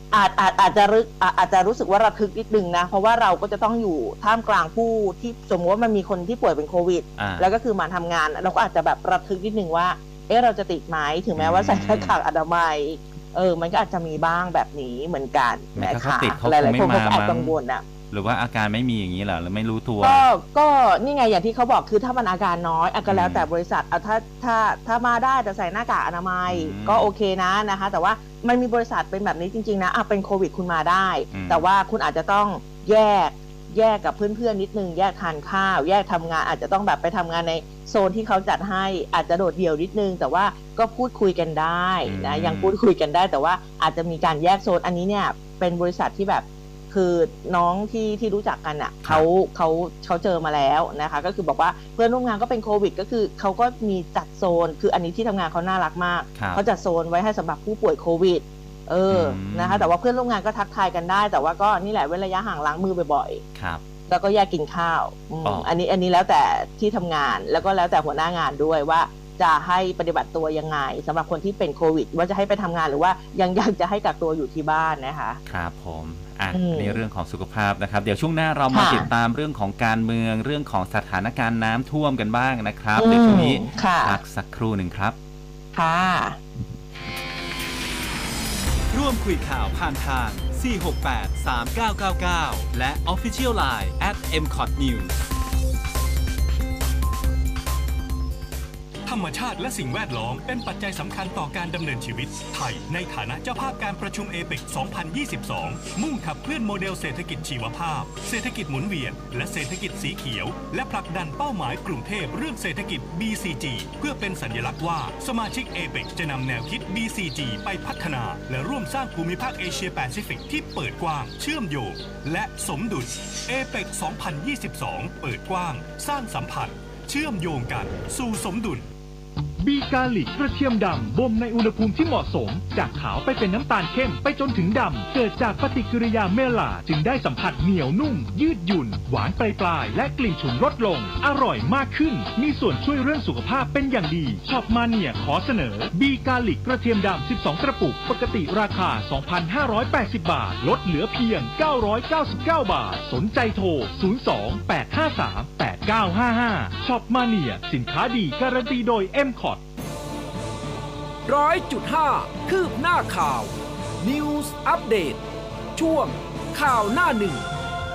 อาจอาจอาจจะรึกอาจจะรู้สึกว่าระทึกนิดนึงนะเพราะว่าเราก็จะต้องอยู่ท่ามกลางผู้ที่สมมติว่ามันมีคนที่ป่วยเป็นโควิดแล้วก็คือมาทำงานเราก็อาจจะแบบระทึกนิดนึงว่าเอ๊ะเราจะติดไหมถึงแม้ว่าใส่หน้ากากอนามัยเออมันก็อาจจะมีบ้างแบบนี้เหมือนกันนะคะหลายๆคนก็แอบกังวลอ่ะหรือว่าอาการไม่มีอย่างนี้เหรอหรือไม่รู้ตัวก็ก็นี่ไงอย่างที่เขาบอกคือถ้ามันอาการน้อยก็แล้วแต่บริษัทเอาถ้าถ้าถ้ามาได้แต่ใส่หน้ากากอนามัยก็โอเคนะนะคะแต่ว่ามันมีบริษัทเป็นแบบนี้จริงๆนะอ่ะเป็นโควิดคุณมาได้แต่ว่าคุณอาจจะต้องแยกแยกกับเพื่อนๆนิดนึงแยกทานข้าวแยกทำงานอาจจะต้องแบบไปทำงานในโซนที่เขาจัดให้อาจจะโดดเดี่ยวนิดนึงแต่ว่าก็พูดคุยกันได้นะยังพูดคุยกันได้แต่ว่าอาจจะมีการแยกโซนอันนี้เนี่ยเป็นบริษัทที่แบบคือน้องที่ที่รู้จักกันอ่ะเขาเขาเขาเจอมาแล้วนะคะก็คือบอกว่าเพื่อนร่วมงานก็เป็นโควิดก็คือเขาก็มีจัดโซนคืออันนี้ที่ทำงานเขาน่ารักมากเขาจัดโซนไว้ให้สำหรับผู้ป่วยโควิดเออนะคะแต่ว่าเพื่อนร่วมงานก็ทักทายกันได้แต่ว่าก็นี่แหละเว้นระยะห่างล้างมือบ่อยๆครับแล้วก็แยกกินข้าวอันนี้อันนี้แล้วแต่ที่ทำงานแล้วก็แล้วแต่หัวหน้างานด้วยว่าจะให้ปฏิบัติตัวยังไงสำหรับคนที่เป็นโควิดว่าจะให้ไปทำงานหรือว่ายังอยากจะให้กักตัวอยู่ที่บ้านนะคะครับผมอ่ะในเรื่องของสุขภาพนะครับเดี๋ยวช่วงหน้าเรามาติดตามเรื่องของการเมืองเรื่องของสถานการณ์น้ำท่วมกันบ้างนะครับในช่วงนี้พักสักครู่หนึ่งครับค่ะร่วมคุยข่าวผ่านทางสี่ หก แปด สาม เก้า เก้า เก้าและ Official ไลน์ แอท เอ็ม คอท นิวส์ธรรมชาติและสิ่งแวดล้อมเป็นปัจจัยสำคัญต่อการดำเนินชีวิตไทยในฐานะเจ้าภาพการประชุมเอเปก สองพันยี่สิบสอง มุ่งขับเคลื่อนโมเดลเศรษฐกิจชีวภาพเศรษฐกิจหมุนเวียนและเศรษฐกิจสีเขียวและผลักดันเป้าหมายกรุงเทพเรื่องเศรษฐกิจ บี ซี จี เพื่อเป็นสัญลักษณ์ว่าสมาชิกเอเปกจะนำแนวคิด บี ซี จี ไปพัฒนาและร่วมสร้างภูมิภาคเอเชียแปซิฟิกที่เปิดกว้างเชื่อมโยงและสมดุลเอเปก สองพันยี่สิบสอง เปิดกว้างสร้างสัมพันธ์เชื่อมโยงกันสู่สมดุลบีกาลิกกระเทียมดำบ่มในอุณหภูมิที่เหมาะสมจากขาวไปเป็นน้ำตาลเข้มไปจนถึงดำเกิดจากปฏิกิริยาเมลาจึงได้สัมผัสเหนียวนุ่มยืดหยุ่นหวานปลายๆและกลิ่นฉุนลดลงอร่อยมากขึ้นมีส่วนช่วยเรื่องสุขภาพเป็นอย่างดีช็อปมาเนียขอเสนอบีกาลิกกระเทียมดำสิบสองกระปุกปกติราคา สองพันห้าร้อยแปดสิบ บาทลดเหลือเพียงเก้าร้อยเก้าสิบเก้าบาทสนใจโทรศูนย์ สอง แปด ห้า สาม แปด เก้า ห้า ห้าช็อปมาเนียสินค้าดีการันตีโดย เอ็ม คอทร้อยจุดห้าคืบหน้าข่าว News Update ช่วงข่าวหน้าหนึ่ง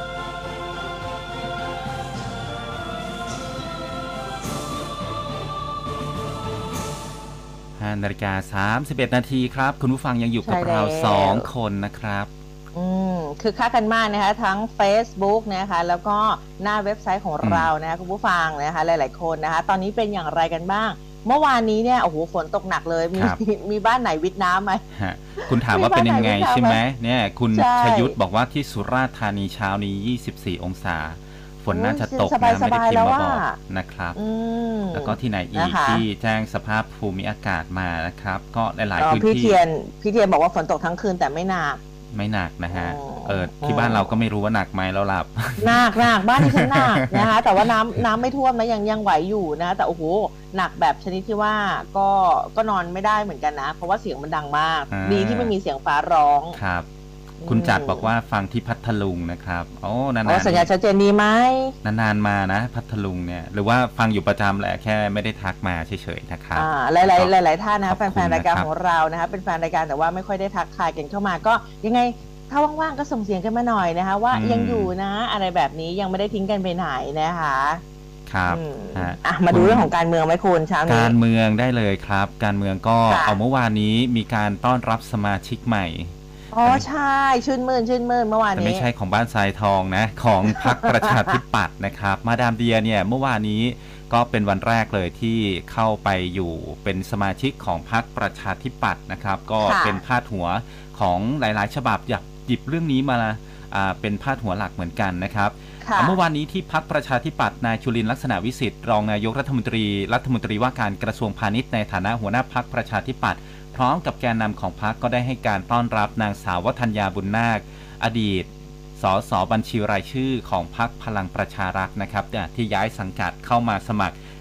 ห้านาฬิกาสามสิบเอ็ดนาทีครับคุณผู้ฟังยังอยู่กับเราสองคนนะครับอืมคือค่ากันมากนะคะทั้ง Facebook นะคะแล้วก็หน้าเว็บไซต์ของเรานะคะคุณผู้ฟังนะคะหลายๆคนนะคะตอนนี้เป็นอย่างไรกันบ้างเมื่อวานนี้เนี่ยโอ้โหฝนตกหนักเลยมีมีบ้านไหนวิทน้ำไหมคุณถามว่าเป็นยังไงใช่ไหมเนี่ยคุณชยุทธบอกว่าที่สุราษฎร์ธานีเช้านี้ยี่สิบสี่องศาฝนน่าจะตกนะไม่ได้พิมพ์มาบอกนะครับแล้วก็ที่ไหนอีกที่แจ้งสภาพภูมิอากาศมานะครับก็หลายๆพื้นที่พี่เทียนพี่เทียนบอกว่าฝนตกทั้งคืนแต่ไม่หนักไม่หนักนะฮะเออที่บ้านเราก็ไม่รู้ว่าหนักไหมแล้วหลับหนักหนักบ้านที่ฉันหนักนะคะแต่ว่าน้ำน้ำไม่ท่วมนะยังยังไหวอยู่นะแต่โอ้โหหนักแบบชนิดที่ว่าก็ก็นอนไม่ได้เหมือนกันนะเพราะว่าเสียงมันดังมากดีที่ไม่มีเสียงฟ้าร้องครับคุณจัดบอกว่าฟังที่พัทลุงนะครับโอ้นานๆสัญญาชัดเจนดีไหมนานๆมานะพัทลุงเนี่ยหรือว่าฟังอยู่ประจำแหละแค่ไม่ได้ทักมาเฉยๆนะครับหลายๆหลายๆท่านนะแฟนๆรายการของเรานะคะเป็นแฟนรายการแต่ว่าไม่ค่อยได้ทักทายกันเข้ามาก็ยังไงถ้าว่างๆก็ส่งเสียงกันมาหน่อยนะคะว่ายังอยู่นะอะไรแบบนี้ยังไม่ได้ทิ้งกันไปไหนนะคะครับอ่ะมาดูเรื่องของการเมืองไหมคุณเช้านี้การเมืองได้เลยครับการเมืองก็เอาเมื่อวานนี้มีการต้อนรับสมาชิกใหม่อ๋อใช่ชื่นมื่นชื่นมื่นเมื่อวานนี้แต่ไม่ใช่ของบ้านทรายทองนะของพรรคประชาธิปัตย์นะครับมาดามเดียเนี่ยเมื่อวานนี้ก็เป็นวันแรกเลยที่เข้าไปอยู่เป็นสมาชิกของพรรคประชาธิปัตย์นะครับก็เป็นพาดหัวของหลายๆฉบับอยากหยิบเรื่องนี้มาเป็นพาดหัวหลักเหมือนกันนะครับเมื่อวานนี้ที่พรรคประชาธิปัตย์นายจุลินทร์ลักษณะวิสิทธิ์รองนายกรัฐมนตรีรัฐมนตรีว่าการกระทรวงพาณิชย์ในฐานะหัวหน้าพรรคประชาธิปัตย์พร้อมกับแกนนำของพรรคก็ได้ให้การต้อนรับนางสาววทัญญาบุญนาคอดีตสสบัญชีรายชื่อของพรรคพลังประชารัฐนะครับที่ย้ายสังกัดเข้ามาสมัคร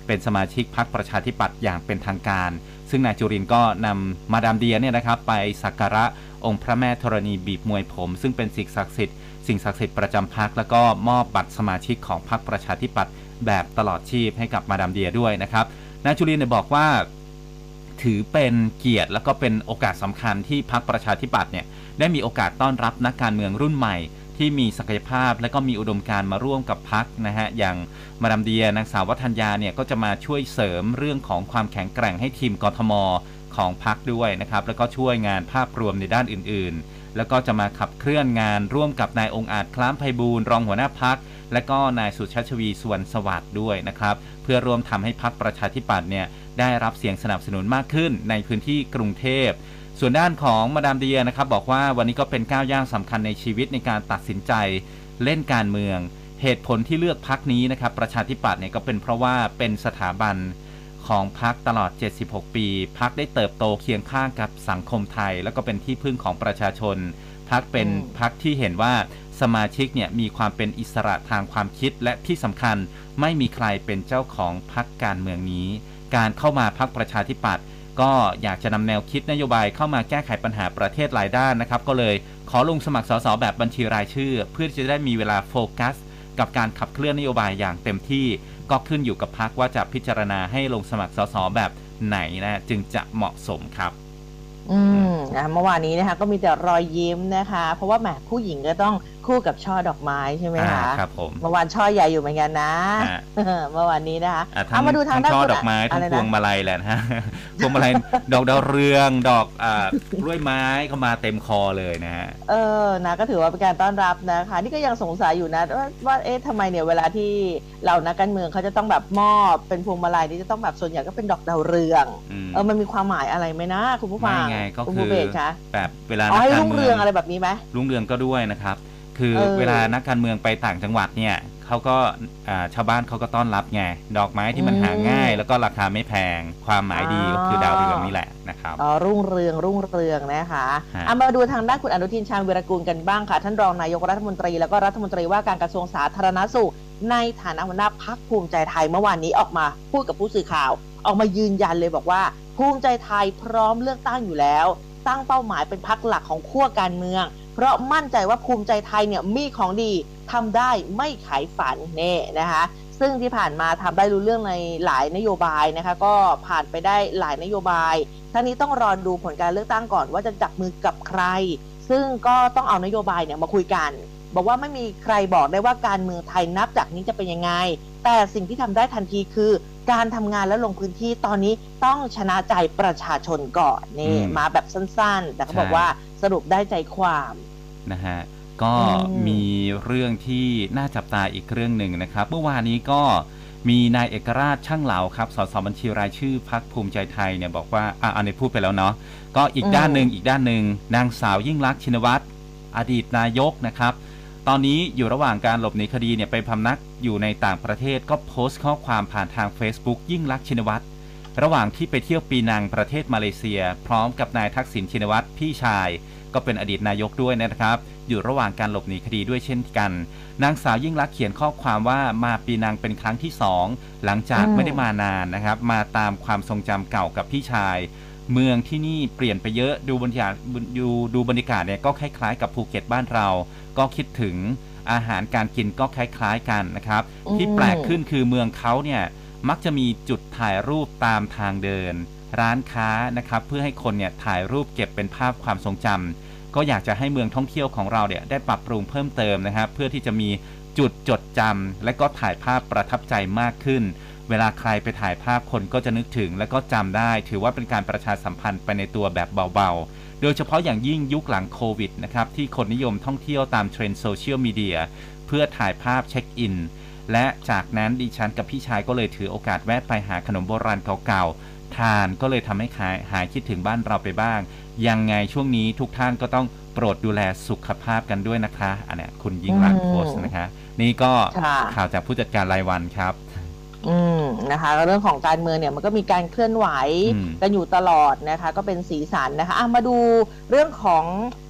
เป็นสมาชิกพรรคประชาธิปัตย์อย่างเป็นทางการซึ่งนายจุรินทร์ก็นำมาดามเดียเนี่ยนะครับไปสักการะองค์พระแม่ธรณีบีบมวยผมซึ่งเป็นสิ่งศักดิ์สิทธิ์สิ่งศักดิ์สิทธิ์ประจำพรรคแล้วก็มอบบัตรสมาชิกของพรรคประชาธิปัตย์แบบตลอดชีพให้กับมาดามเดียด้วยนะครับนายจุรินทร์เนี่ยบอกว่าถือเป็นเกียรติแล้วก็เป็นโอกาสสำคัญที่พรรคประชาธิปัตย์เนี่ยได้มีโอกาสต้อนรับนักการเมืองรุ่นใหม่ที่มีศักยภาพและก็มีอุดมการณ์มาร่วมกับพรรคนะฮะอย่างมาดามเดียนางสาววัฒนยาเนี่ยก็จะมาช่วยเสริมเรื่องของความแข็งแกร่งให้ทีมกทมของพรรคด้วยนะครับแล้วก็ช่วยงานภาพรวมในด้านอื่นๆแล้วก็จะมาขับเคลื่อนงานร่วมกับนายองค์อาจคล้ามไพบูลย์รองหัวหน้าพรรคและก็นายสุชาติชวีสุวรรณสวัสดิ์ด้วยนะครับเพื่อร่วมทำให้พรรคประชาธิปัตย์เนี่ยได้รับเสียงสนับสนุนมากขึ้นในพื้นที่กรุงเทพส่วนด้านของมาดามเดียนะครับบอกว่าวันนี้ก็เป็นก้าวย่างสำคัญในชีวิตในการตัดสินใจเล่นการเมืองเหตุผลที่เลือกพรรคนี้นะครับประชาธิปัตย์เนี่ยก็เป็นเพราะว่าเป็นสถาบันของพรรคตลอดเจ็ดสิบหกปีพรรคได้เติบโตเคียงข้างกับสังคมไทยแล้วก็เป็นที่พึ่งของประชาชนพรรคเป็นพรรคที่เห็นว่าสมาชิกเนี่ยมีความเป็นอิสระทางความคิดและที่สำคัญไม่มีใครเป็นเจ้าของพรรคการเมืองนี้การเข้ามาพรรคประชาธิปัตย์ก็อยากจะนำแนวคิดนโยบายเข้ามาแก้ไขปัญหาประเทศหลายด้านนะครับก็เลยขอลงสมัครสสแบบบัญชีรายชื่อเพื่อจะได้มีเวลาโฟกัสกับการขับเคลื่อนนโยบายอย่างเต็มที่ก็ขึ้นอยู่กับพรรคว่าจะพิจารณาให้ลงสมัครสสแบบไหนนะจึงจะเหมาะสมครับอืมนะเมื่อวานนี้นะคะก็มีแต่รอยยิ้มนะคะเพราะว่าแหมผู้หญิงก็ต้องคู่กับช่อดอกไม้ใช่ไหมคะครับผมเมื่อวานช่อใหญ่อยู่เหมือนกันนะเมื่อวานนี้นะคะเอามาดูทางด้านช่อดอกไม้ทั้งพวงมาลัยแหละนะพวงมาลัยดอกดาวเรืองดอกอ่ากล้วยไม้เข้ามาเต็มคอเลยนะฮะเออนะก็ถือว่าเป็นการต้อนรับนะคะนี่ก็ยังสงสัยอยู่นะว่าว่าเอ๊ะทำไมเนี่ยเวลาที่เรานักการเมืองเขาจะต้องแบบมอบเป็นพวงมาลัยนี่จะต้องแบบส่วนใหญ่ก็เป็นดอกดาวเรืองเออมันมีความหมายอะไรไหมนะคุณผู้ฟังคุณผู้เบสคะแบบเวลานักการเมืองรุ่งเรืองอะไรแบบนี้ไหมรุ่งเรืองก็ด้วยนะครับคือเวลานักการเมืองไปต่างจังหวัดเนี่ยเขาก็ชาวบ้านเขาก็ต้อนรับไงดอกไม้ที่มันหาง่ายแล้วก็ราคาไม่แพงความหมายดีก็คือดาวเรืองนี่แหละนะครับอ๋อรุ่งเรืองรุ่งเรืองนะคะเอามาดูทางด้านคุณอนุทินชาญวีรกูลกันบ้างค่ะท่านรองนายกรัฐมนตรีแล้วก็รัฐมนตรีว่าการกระทรวงสาธารณสุขในฐานะหัวหน้าพรรคภูมิใจไทยเมื่อวานนี้ออกมาพูดกับผู้สื่อข่าวออกมายืนยันเลยบอกว่าภูมิใจไทยพร้อมเลือกตั้งอยู่แล้วตั้งเป้าหมายเป็นพรรคหลักของขั้วการเมืองเพราะมั่นใจว่าภูมิใจไทยเนี่ยมีของดีทำได้ไม่ขายฝันเน่นะคะซึ่งที่ผ่านมาทำได้รู้เรื่องในหลายนโยบายนะคะก็ผ่านไปได้หลายนโยบายทั้งนี้ต้องรอดูผลการเลือกตั้งก่อนว่าจะจับมือกับใครซึ่งก็ต้องเอานโยบายเนี่ยมาคุยกันบอกว่าไม่มีใครบอกได้ว่าการเมืองไทยนับจากนี้จะเป็นยังไงแต่สิ่งที่ทำได้ทันทีคือการทำงานและลงพื้นที่ตอนนี้ต้องชนะใจประชาชนก่อนนี่มาแบบสั้นๆแต่เขาบอกว่าสรุปได้ใจความนะฮะก็มีเรื่องที่น่าจับตาอีกเรื่องหนึ่งนะครับเมื่อวานนี้ก็มีนายเอกราชช่างเหลาครับสสบัญชีรายชื่อพรรคภูมิใจไทยเนี่ยบอกว่าอ่ะอันนี้พูดไปแล้วเนาะก็อีกด้านหนึ่งอีกด้านหนึ่งนางสาวยิ่งลักษณ์ชินวัตรอดีตนายกนะครับตอนนี้อยู่ระหว่างการหลบหนีคดีเนี่ยไปพำนักอยู่ในต่างประเทศก็โพสต์ข้อความผ่านทาง Facebook ยิ่งลักษณ์ชินวัตรระหว่างที่ไปเที่ยวปีนังประเทศมาเลเซียพร้อมกับนายทักษิณชินวัตรพี่ชายก็เป็นอดีตนายกด้วยนะครับอยู่ระหว่างการหลบหนีคดีด้วยเช่นกันนางสาวยิ่งลักษณ์เขียนข้อความว่ามาปีนังเป็นครั้งที่สองหลังจากไม่ได้มานานนะครับมาตามความทรงจำเก่ากับพี่ชายเมืองที่นี่เปลี่ยนไปเยอะดูบรรยากาศดูดูบรรยากาศเนี่ยก็คล้ายๆกับภูเก็ตบ้านเราก็คิดถึงอาหารการกินก็คล้ายๆกันนะครับที่แปลกขึ้นคือเมืองเขาเนี่ยมักจะมีจุดถ่ายรูปตามทางเดินร้านค้านะครับเพื่อให้คนเนี่ยถ่ายรูปเก็บเป็นภาพความทรงจำก็อยากจะให้เมืองท่องเที่ยวของเราเนี่ยได้ปรับปรุงเพิ่มเติมนะครับเพื่อที่จะมีจุดจดจำและก็ถ่ายภาพประทับใจมากขึ้นเวลาใครไปถ่ายภาพคนก็จะนึกถึงและก็จำได้ถือว่าเป็นการประชาสัมพันธ์ไปในตัวแบบเบาๆโดยเฉพาะอย่างยิ่งยุคหลังโควิดนะครับที่คนนิยมท่องเที่ยวตามเทรนด์โซเชียลมีเดียเพื่อถ่ายภาพเช็คอินและจากนั้นดิฉันกับพี่ชายก็เลยถือโอกาสแวะไปหาขนมโบราณเก่าๆทานก็เลยทำให้หายหายคิดถึงบ้านเราไปบ้างยังไงช่วงนี้ทุกท่านก็ต้องโปรดดูแลสุขภาพกันด้วยนะคะอันนี้คุณยิ่งลักษณ์โพสต์นะคะนี่ก็ข่าวจากผู้จัดการรายวันครับอืมนะคะเรื่องของการเมืองเนี่ยมันก็มีการเคลื่อนไหวกันอยู่ตลอดนะคะก็เป็นสีสันนะคะมาดูเรื่องของ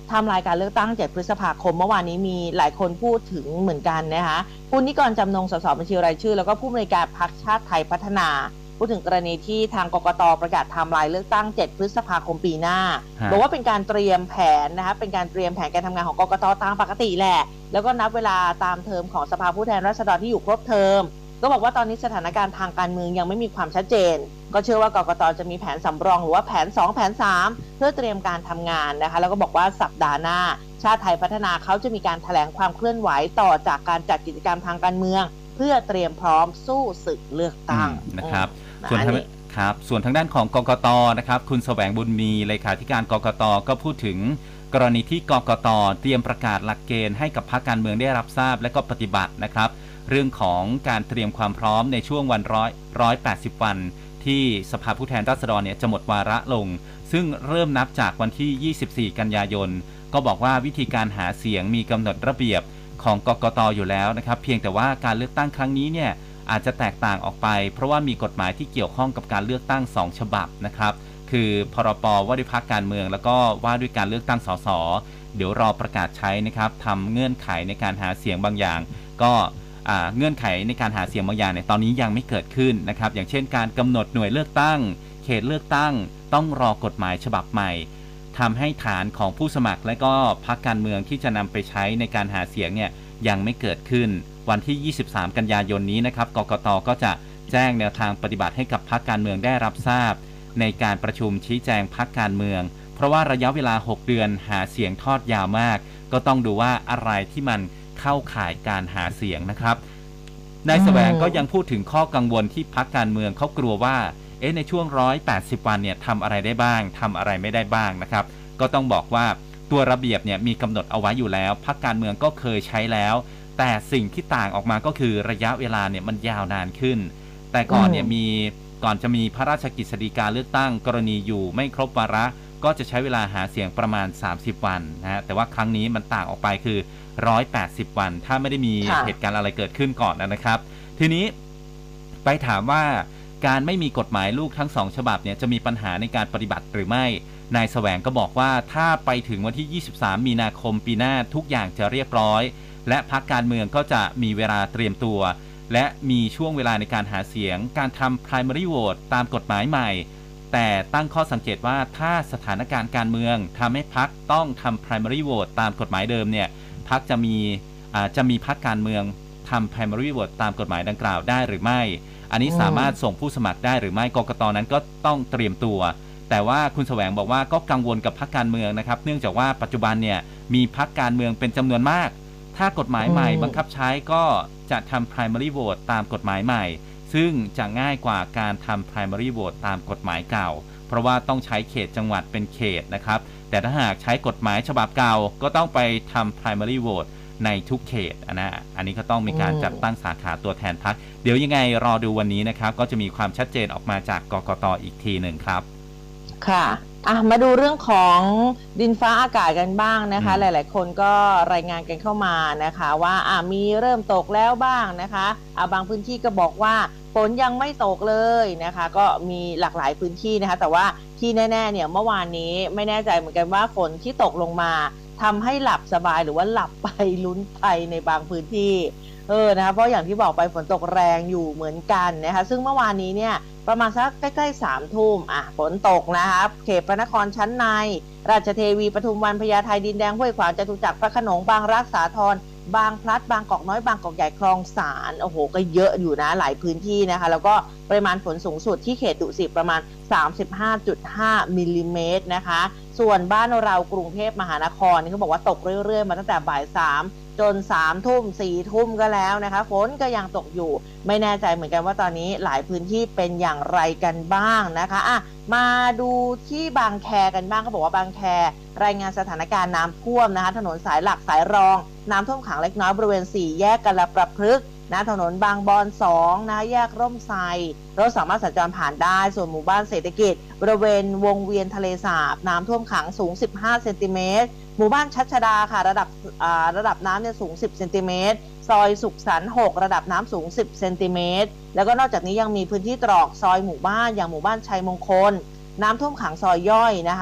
ทำรายการเลือกตั้งเจ็ดพฤษภาคมเมื่อวานนี้มีหลายคนพูดถึงเหมือนกันนะคะคุณนิกรจำนงสสบัญชีรายชื่อแล้วก็ผู้อำนวยการพรรคชาติไทยพัฒนาพูดถึงกรณีที่ทางกกต.ประกาศไทม์ไลน์เลือกตั้งเจ็ดพฤษภาคมปีหน้าบอกว่าเป็นการเตรียมแผนนะคะเป็นการเตรียมแผนการทำงานของกกต.ตามปกติแหละแล้วก็นับเวลาตามเทอมของสภาผู้แทนราษฎรที่อยู่ครบเทอมก็บอกว่าตอนนี้สถานการณ์ทางการเมืองยังไม่มีความชัดเจนก็เชื่อว่ากกต.จะมีแผนสำรองหรือว่าแผนสองแผนสามเพื่อเตรียมการทำงานนะคะแล้วก็บอกว่าสัปดาห์หน้าชาติไทยพัฒนาเขาจะมีการแถลงความเคลื่อนไหวต่อจากการจัดกิจกรรมทางการเมืองเพื่อเตรียมพร้อมสู้ศึกเลือกตั้งนะครับส่วนทางครับส่วนทางด้านของกกต.นะครับคุณแสวงบุญมีเลขาธิการกกต.ก็พูดถึงกรณีที่กกต.เตรียมประกาศหลักเกณฑ์ให้กับพรรคการเมืองได้รับทราบและก็ปฏิบัตินะครับเรื่องของการเตรียมความพร้อมในช่วงวันร้อยร้อยแปดสิบวันที่สภาผู้แทนราษฎรเนี่ยจะหมดวาระลงซึ่งเริ่มนับจากวันที่ยี่สิบสี่กันยายนก็บอกว่าวิธีการหาเสียงมีกำหนดระเบียบของกกต.อยู่แล้วนะครับเพียงแต่ว่าการเลือกตั้งครั้งนี้เนี่ยอาจจะแตกต่างออกไปเพราะว่ามีกฎหมายที่เกี่ยวข้องกับการเลือกตั้งสองฉบับนะครับคือพรบว่าด้วยพรรคการเมืองแล้วก็ว่าด้วยการเลือกตั้งสสเดี๋ยวรอประกาศใช้นะครับทำเงื่อนไขในการหาเสียงบางอย่างก็เงื่อนไขในการหาเสียงบางอย่างในตอนนี้ยังไม่เกิดขึ้นนะครับอย่างเช่นการกำหนดหน่วยเลือกตั้งเขตเลือกตั้งต้องรอกฎหมายฉบับใหม่ทำให้ฐานของผู้สมัครและก็พรรคการเมืองที่จะนำไปใช้ในการหาเสียงเนี่ยยังไม่เกิดขึ้นวันที่ยี่สิบสามกันยายนนี้นะครับกกต.ก็จะแจ้งแนวทางปฏิบัติให้กับพรรคการเมืองได้รับทราบในการประชุมชี้แจงพรรคการเมืองเพราะว่าระยะเวลาหกเดือนหาเสียงทอดยาวมากก็ต้องดูว่าอะไรที่มันเข้าข่ายการหาเสียงนะครับนายแสวงก็ยังพูดถึงข้อกังวลที่พรรคการเมืองเขากลัวว่าเอ๊ะในช่วงหนึ่งร้อยแปดสิบวันเนี่ยทำอะไรได้บ้างทำอะไรไม่ได้บ้างนะครับก็ต้องบอกว่าตัวระเบียบเนี่ยมีกำหนดเอาไว้อยู่แล้วพรรคการเมืองก็เคยใช้แล้วแต่สิ่งที่ต่างออกมาก็คือระยะเวลาเนี่ยมันยาวนานขึ้นแต่ก่อนเนี่ยมีก่อนจะมีพระราชกฤษฎีกาเลือกตั้งกรณีอยู่ไม่ครบวาระก็จะใช้เวลาหาเสียงประมาณสามสิบวันนะฮะแต่ว่าครั้งนี้มันต่างออกไปคือหนึ่งร้อยแปดสิบวันถ้าไม่ได้มีเหตุการณ์อะไรเกิดขึ้นก่อนนะครับทีนี้ไปถามว่าการไม่มีกฎหมายลูกทั้งสองฉบับเนี่ยจะมีปัญหาในการปฏิบัติหรือไม่นายแสวงก็บอกว่าถ้าไปถึงวันที่ยี่สิบสามมีนาคมปีหน้าทุกอย่างจะเรียบร้อยและพรรคการเมืองก็จะมีเวลาเตรียมตัวและมีช่วงเวลาในการหาเสียงการทำ primary vote ตามกฎหมายใหม่แต่ตั้งข้อสังเกตว่าถ้าสถานการณ์การเมืองทำให้พรรคต้องทำ primary vote ตามกฎหมายเดิมเนี่ยพรรคจะมีจะมีพรรคการเมืองทำ primary vote ตามกฎหมายดังกล่าวได้หรือไม่อันนี้สามารถส่งผู้สมัครได้หรือไม่กกต.นั้นก็ต้องเตรียมตัวแต่ว่าคุณแสวงบอกว่าก็กังวลกับพรรคการเมืองนะครับเนื่องจากว่าปัจจุบันเนี่ยมีพรรคการเมืองเป็นจำนวนมากถ้ากฎหมายใหม่บังคับใช้ก็จะทำ primary vote ตามกฎหมายใหม่ซึ่งจะง่ายกว่าการทำ primary vote ตามกฎหมายเก่าเพราะว่าต้องใช้เขตจังหวัดเป็นเขตนะครับแต่ถ้าหากใช้กฎหมายฉบับเก่าก็ต้องไปทำ primary vote ในทุกเขตนะอันนี้ก็ต้องมีการจัดตั้งสาขาตัวแทนพรรคเดี๋ยวยังไงรอดูวันนี้นะครับก็จะมีความชัดเจนออกมาจากกกต.อีกทีหนึ่งครับค่ะอ่ะมาดูเรื่องของดินฟ้าอากาศกันบ้างนะคะหลายๆคนก็รายงานกันเข้ามานะคะว่าอ่ะมีเริ่มตกแล้วบ้างนะคะอ่ะบางพื้นที่ก็บอกว่าฝนยังไม่ตกเลยนะคะก็มีหลากหลายพื้นที่นะคะแต่ว่าที่แน่ๆเนี่ยเมื่อวานนี้ไม่แน่ใจเหมือนกันว่าฝนที่ตกลงมาทำให้หลับสบายหรือว่าหลับไปลุ้นไปในบางพื้นที่เออนะคะเพราะอย่างที่บอกไปฝนตกแรงอยู่เหมือนกันนะคะซึ่งเมื่อวานนี้เนี่ยประมาณสักใกล้ๆสามทุ่มอ่ะฝนตกนะครับเขตพระนครชั้นในราชเทวีปทุมวันพญาไทดินแดงห้วยขวางจตุจักรพระโขนงบางรักสาทรบางพลัดบางกอกน้อยบางกอกใหญ่คลองสานโอ้โหก็เยอะอยู่นะหลายพื้นที่นะคะแล้วก็ปริมาณฝนสูงสุดที่เขตดุสิตประมาณ สามสิบห้าจุดห้า มิลลิเมตรนะคะส่วนบ้านเรากรุงเทพมหานครนี่เขาบอกว่าตกเรื่อยๆมาตั้งแต่บ่ายสามจนสามทุ่มสี่ทุ่มก็แล้วนะคะฝนก็ยังตกอยู่ไม่แน่ใจเหมือนกันว่าตอนนี้หลายพื้นที่เป็นอย่างไรกันบ้างนะคะอ่ะมาดูที่บางแคกันบ้างเขาบอกว่าบางแครายงานสถานการณ์น้ำท่วมนะคะถนนสายหลักสายรองน้ำท่วมขังเล็กน้อยบริเวณสี่แยกกัลประพฤกษ์นะถนนบางบอนสองนะแยกร่มไทรรถสามารถสัญจรผ่านได้ส่วนหมู่บ้านเศรษฐกิจบริเวณวงเวียนทะเลสาบน้ำท่วมขังสูงสิบห้าเซนติเมตรหมู่บ้านชัชดาค่ะระดับระดับน้ำเนี่ยสูงสิบเซนติเมตรซอยสุขสันต์หกระดับน้ำสูงสิบเซนติเมตรแล้วก็นอกจากนี้ยังมีพื้นที่ตรอกซอยหมู่บ้านอย่างหมู่บ้านชัยมงคลน้ำท่วมขังซอยย่อยนะคะ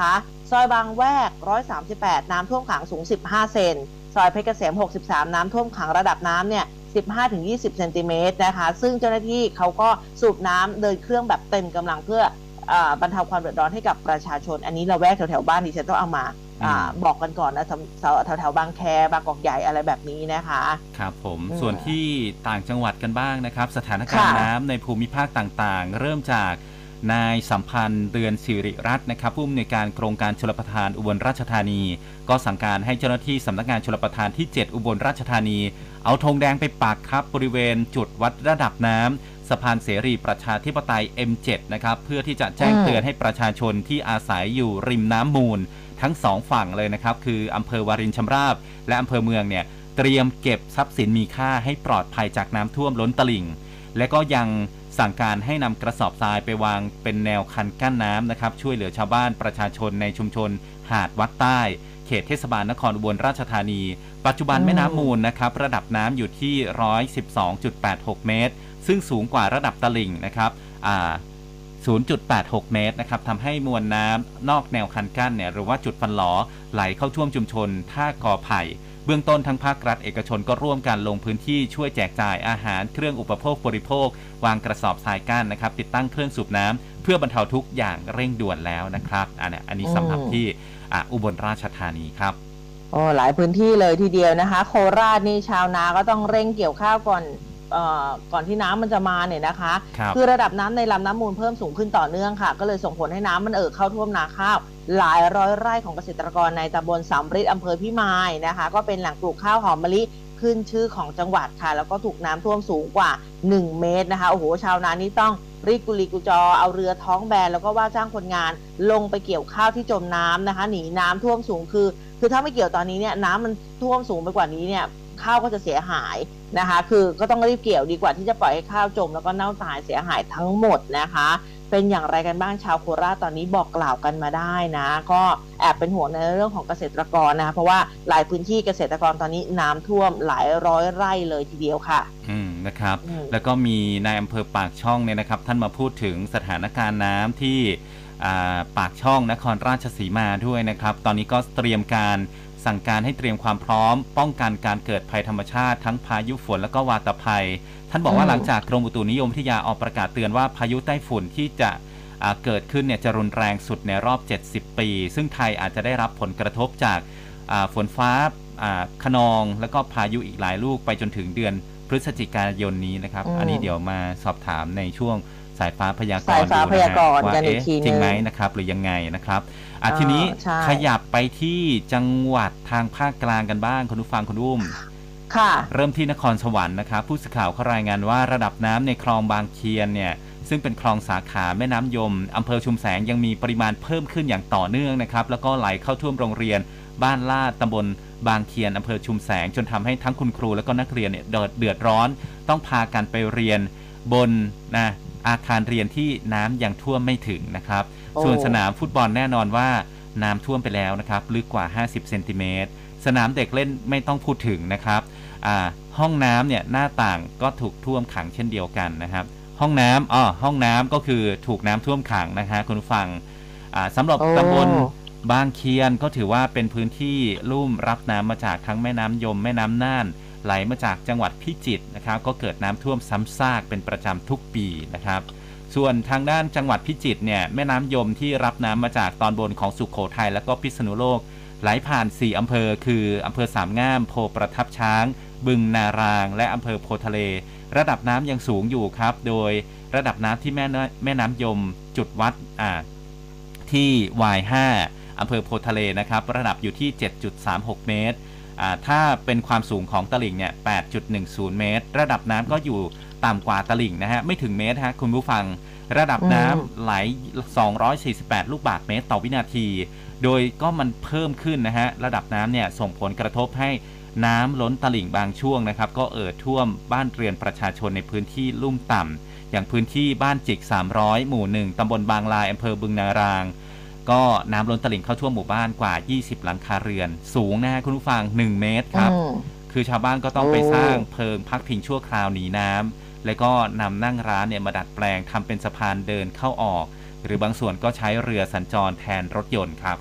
ซอยบางแวกหนึ่งร้อยสามสิบแปดน้ำท่วมขังสูงสิบห้าเซนซอยเพชรเกษมหกสิบสามน้ำท่วมขังระดับน้ำเนี่ย สิบห้าถึงยี่สิบ เซนติเมตรนะคะซึ่งเจ้าหน้าที่เขาก็สูบน้ำเดินเครื่องแบบเต็มกำลังเพื่อบรรเทาความเดือดร้อนให้กับประชาชนอันนี้เราแวกแถวๆบ้านดิฉันต้องเอามาบอกกันก่อนนะแถวๆบางแคบางกอกใหญ่อะไรแบบนี้นะคะครับผมส่วนที่ต่างจังหวัดกันบ้างนะครับสถานการณ์น้ำในภูมิภาคต่างๆเริ่มจากนายสัมพันธ์เดือนสิริรัตน์นะครับผู้อำนวยการโครงการชลประทานอุบลราชธานีก็สั่งการให้เจ้าหน้าที่สำนักงานชลประทานที่เจ็ดอุบลราชธานีเอาธงแดงไปปักครับบริเวณจุดวัดระดับน้ำสะพานเสรีประชาธิปไตย เอ็ม เจ็ด นะครับเพื่อที่จะแจ้งเตือนให้ประชาชนที่อาศัยอยู่ริมน้ำมูลทั้งสองฝั่งเลยนะครับคืออำเภอวารินชำราบและอำเภอเมืองเนี่ยเตรียมเก็บทรัพย์สินมีค่าให้ปลอดภัยจากน้ำท่วมล้นตลิ่งและก็ยังสั่งการให้นำกระสอบทรายไปวางเป็นแนวคันกั้นน้ำนะครับช่วยเหลือชาวบ้านประชาชนในชุมชนหาดวัดใต้เขตเทศบาลนครอุบลราชธานีปัจจุบันแม่น้ำมูลนะครับระดับน้ำอยู่ที่ หนึ่งร้อยสิบสองจุดแปดหก เมตรซึ่งสูงกว่าระดับตลิ่งนะครับอ่าศูนย์จุดแปดหก เมตรนะครับทำให้มวลน้ำนอกแนวคันกั้นเนี่ยหรือว่าจุดฟันหลอไหลเข้าท่วมชุมชนท่ากอไผ่เบื้องต้นทั้งภาครัฐเอกชนก็ร่วมกันลงพื้นที่ช่วยแจกจ่ายอาหารเครื่องอุปโภคบริโภควางกระสอบทรายกั้นนะครับติดตั้งเครื่องสูบน้ำเพื่อบรรเทาทุกข์อย่างเร่งด่วนแล้วนะครับอันนี้อันนี้สำหรับที่อุบลราชธานีครับโอ้หลายพื้นที่เลยทีเดียวนะคะโคราชนี่ชาวนาก็ต้องเร่งเกี่ยวข้าวก่อนก่อนที่น้ำมันจะมาเนี่ยนะคะคคือระดับน้ำในลำน้ำมูลเพิ่มสูงขึ้นต่อเนื่องค่ะก็เลยส่งผลให้น้ำมันเอ่อเข้าท่วมนาข้าวหลายร้อยไร่ของเกษตรกรในตำบลสำริดอำเภอพิมายนะคะก็เป็นแหล่งปลูกข้าวหอมมะลิขึ้นชื่อของจังหวัดค่ะแล้วก็ถูกน้ำท่วมสูงกว่าหนึ่งเมตรนะคะโอ้โหชาวนานี่ต้องรีบกุลีกุจอเอาเรือท้องแบนแล้วก็ว่าจ้างคนงานลงไปเกี่ยวข้าวที่จมน้ำนะคะหนีน้ำท่วมสูงคือคือถ้าไม่เกี่ยวตอนนี้เนี่ยน้ำมันท่วมสูงไปกว่านี้เนี่ยข้าวก็จะเสียหายนะคะคือก็ต้องรีบเกี่ยวดีกว่าที่จะปล่อยให้ข้าวจมแล้วก็เน่าตายเสียหายทั้งหมดนะคะเป็นอย่างไรกันบ้างชาวโคราชตอนนี้บอกกล่าวกันมาได้นะก็แอบเป็นห่วงในเรื่องของเกษตรกรนะคะเพราะว่าหลายพื้นที่เกษตรกรตอนนี้น้ำท่วมหลายร้อยไร่เลยทีเดียวค่ะอืมนะครับแล้วก็มีนายอำเภอปากช่องเนี่ยนะครับท่านมาพูดถึงสถานการณ์น้ำที่ปากช่องนครราชสีมาด้วยนะครับตอนนี้ก็เตรียมการสั่งการให้เตรียมความพร้อมป้องกันการเกิดภัยธรรมชาติทั้งพายุฝนและก็วาตภัยท่านบอกว่าหลังจากกรมอุตุนิยมวิทยาออกประกาศเตือนว่าพายุไต้ฝุ่นที่จะเกิดขึ้นเนี่ยจะรุนแรงสุดในรอบเจ็ดสิบปีซึ่งไทยอาจจะได้รับผลกระทบจากฝนฟ้าคะนองและก็พายุอีกหลายลูกไปจนถึงเดือนพฤศจิกายนนี้นะครับ อ, อันนี้เดี๋ยวมาสอบถามในช่วงสายฟ้าพยากรณ์ดูนะว่าเอ๊ะจริงไหมนะครับหรือยังไงนะครับทีนี้ขยับไปที่จังหวัดทางภาคกลางกันบ้างคุณผู้ฟังคุณอุ้มค่ะเริ่มที่นครสวรรค์นะครับผู้สื่อข่าวเขารายงานว่าระดับน้ำในคลองบางเคียนเนี่ยซึ่งเป็นคลองสาขาแม่น้ำยมอำเภอชุมแสงยังมีปริมาณเพิ่มขึ้นอย่างต่อเนื่องนะครับแล้วก็ไหลเข้าท่วมโรงเรียนบ้านลาดตำบลบางเคียนอำเภอชุมแสงจนทำให้ทั้งคุณครูและก็นักเรียนเนี่ยเดือดร้อนต้องพากันไปเรียนบนนะอาคารเรียนที่น้ำยังท่วมไม่ถึงนะครับส่วนสนามฟุตบอลแน่นอนว่าน้ำท่วมไปแล้วนะครับลึกกว่าห้าสิบเซนติเมตรสนามเด็กเล่นไม่ต้องพูดถึงนะครับห้องน้ำเนี่ยหน้าต่างก็ถูกท่วมขังเช่นเดียวกันนะครับห้องน้ำอ๋อห้องน้ำก็คือถูกน้ำท่วมขังนะฮะคุณผู้ฟังสำหรับตำบลบางเคียนก็ถือว่าเป็นพื้นที่ลุ่มรับน้ำมาจากทั้งแม่น้ำยมแม่น้ำน่านไหลมาจากจังหวัดพิจิตรนะครับก็เกิดน้ำท่วมซ้ำซากเป็นประจำทุกปีนะครับส่วนทางด้านจังหวัดพิจิตรเนี่ยแม่น้ำยมที่รับน้ำมาจากตอนบนของสุโขทัยและก็พิษณุโลกไหลผ่านสี่อำเภอคืออำเภอสามง่ามโพประทับช้างบึงนารางและอำเภอโพทะเลระดับน้ำยังสูงอยู่ครับโดยระดับน้ำที่แม่แม่น้ำยมจุดวัดอ่าที่ วาย ห้า อำเภอโพทะเลนะครับระดับอยู่ที่ เจ็ดจุดสามหก เมตรอ่าถ้าเป็นความสูงของตลิ่งเนี่ย แปดจุดหนึ่งศูนย์ เมตรระดับน้ำก็อยู่ต่ำกว่าตลิ่งนะฮะไม่ถึงเมตรฮะคุณผู้ฟังระดับน้ำไหลสองร้อยสี่สิบแปดลูกบาศก์เมตรต่อวินาทีโดยก็มันเพิ่มขึ้นนะฮะระดับน้ำเนี่ยส่งผลกระทบให้น้ำล้นตลิ่งบางช่วงนะครับก็เอ่อท่วมบ้านเรือนประชาชนในพื้นที่ลุ่มต่ำอย่างพื้นที่บ้านจิกสามร้อยหมู่หนึ่งตำบลบางลายอำเภอบึงนารางก็น้ำล้นตลิ่งเข้าท่วมหมู่บ้านกว่ายี่สิบหลังคาเรือนสูงนะฮะคุณผู้ฟังหนึ่งเมตรครับคือชาวบ้านก็ต้องไปสร้างเพิงพักพิงชั่วคราวหนีน้ำแล้วก็นำนั่งร้านเนี่ยมาดัดแปลงทำเป็นสะพานเดินเข้าออกหรือบางส่วนก็ใช้เรือสัญจรแทนรถยนต์ครับ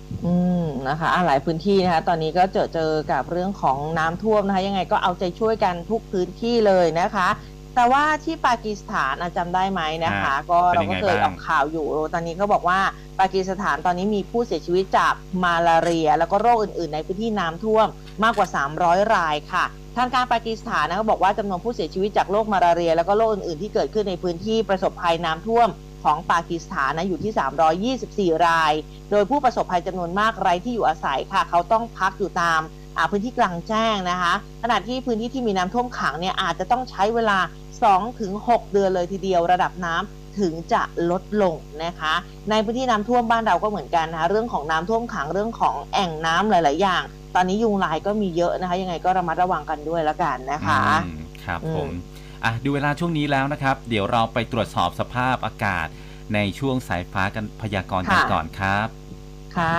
อืมนะคะหลายพื้นที่นะคะตอนนี้ก็เจอเจอกับเรื่องของน้ำท่วมนะคะยังไงก็เอาใจช่วยกันทุกพื้นที่เลยนะคะแต่ว่าที่ปากีสถานจำได้ไหมนะคะก็เราก็เคยออกข่าวอยู่ตอนนี้ก็บอกว่าปากีสถานตอนนี้มีผู้เสียชีวิตจากมาลาเรียแล้วก็โรคอื่นๆในพื้นที่น้ำท่วมมากกว่าสามร้อยรายค่ะทางการปากีสถานนะก็บอกว่าจำนวนผู้เสียชีวิตจากโรคมาลาเรียแล้วก็โรคอื่นๆที่เกิดขึ้นในพื้นที่ประสบภัยน้ำท่วมของปากีสถานนะอยู่ที่สามร้อยยี่สิบสี่รายโดยผู้ประสบภัยจำนวนมากไร้ที่อยู่อาศัยค่ะเขาต้องพักอยู่ตามพื้นที่กลางแจ้งนะคะขณะที่พื้นที่ที่มีน้ำท่วมขังเนี่ยอาจจะต้องใช้เวลา สองถึงหก เดือนเลยทีเดียวระดับน้ำถึงจะลดลงนะคะในพื้นที่น้ำท่วมบ้านเราก็เหมือนกันนะคะเรื่องของน้ำท่วมขังเรื่องของแอ่งน้ำหลายๆอย่างตอนนี้ยุงลายก็มีเยอะนะคะยังไงก็ระมัดระวังกันด้วยแล้วกันนะคะครับผมอ่ะดูเวลาช่วงนี้แล้วนะครับเดี๋ยวเราไปตรวจสอบสภาพอากาศในช่วงสายฟ้ากันพยากรณ์กันก่อนครับค่ะ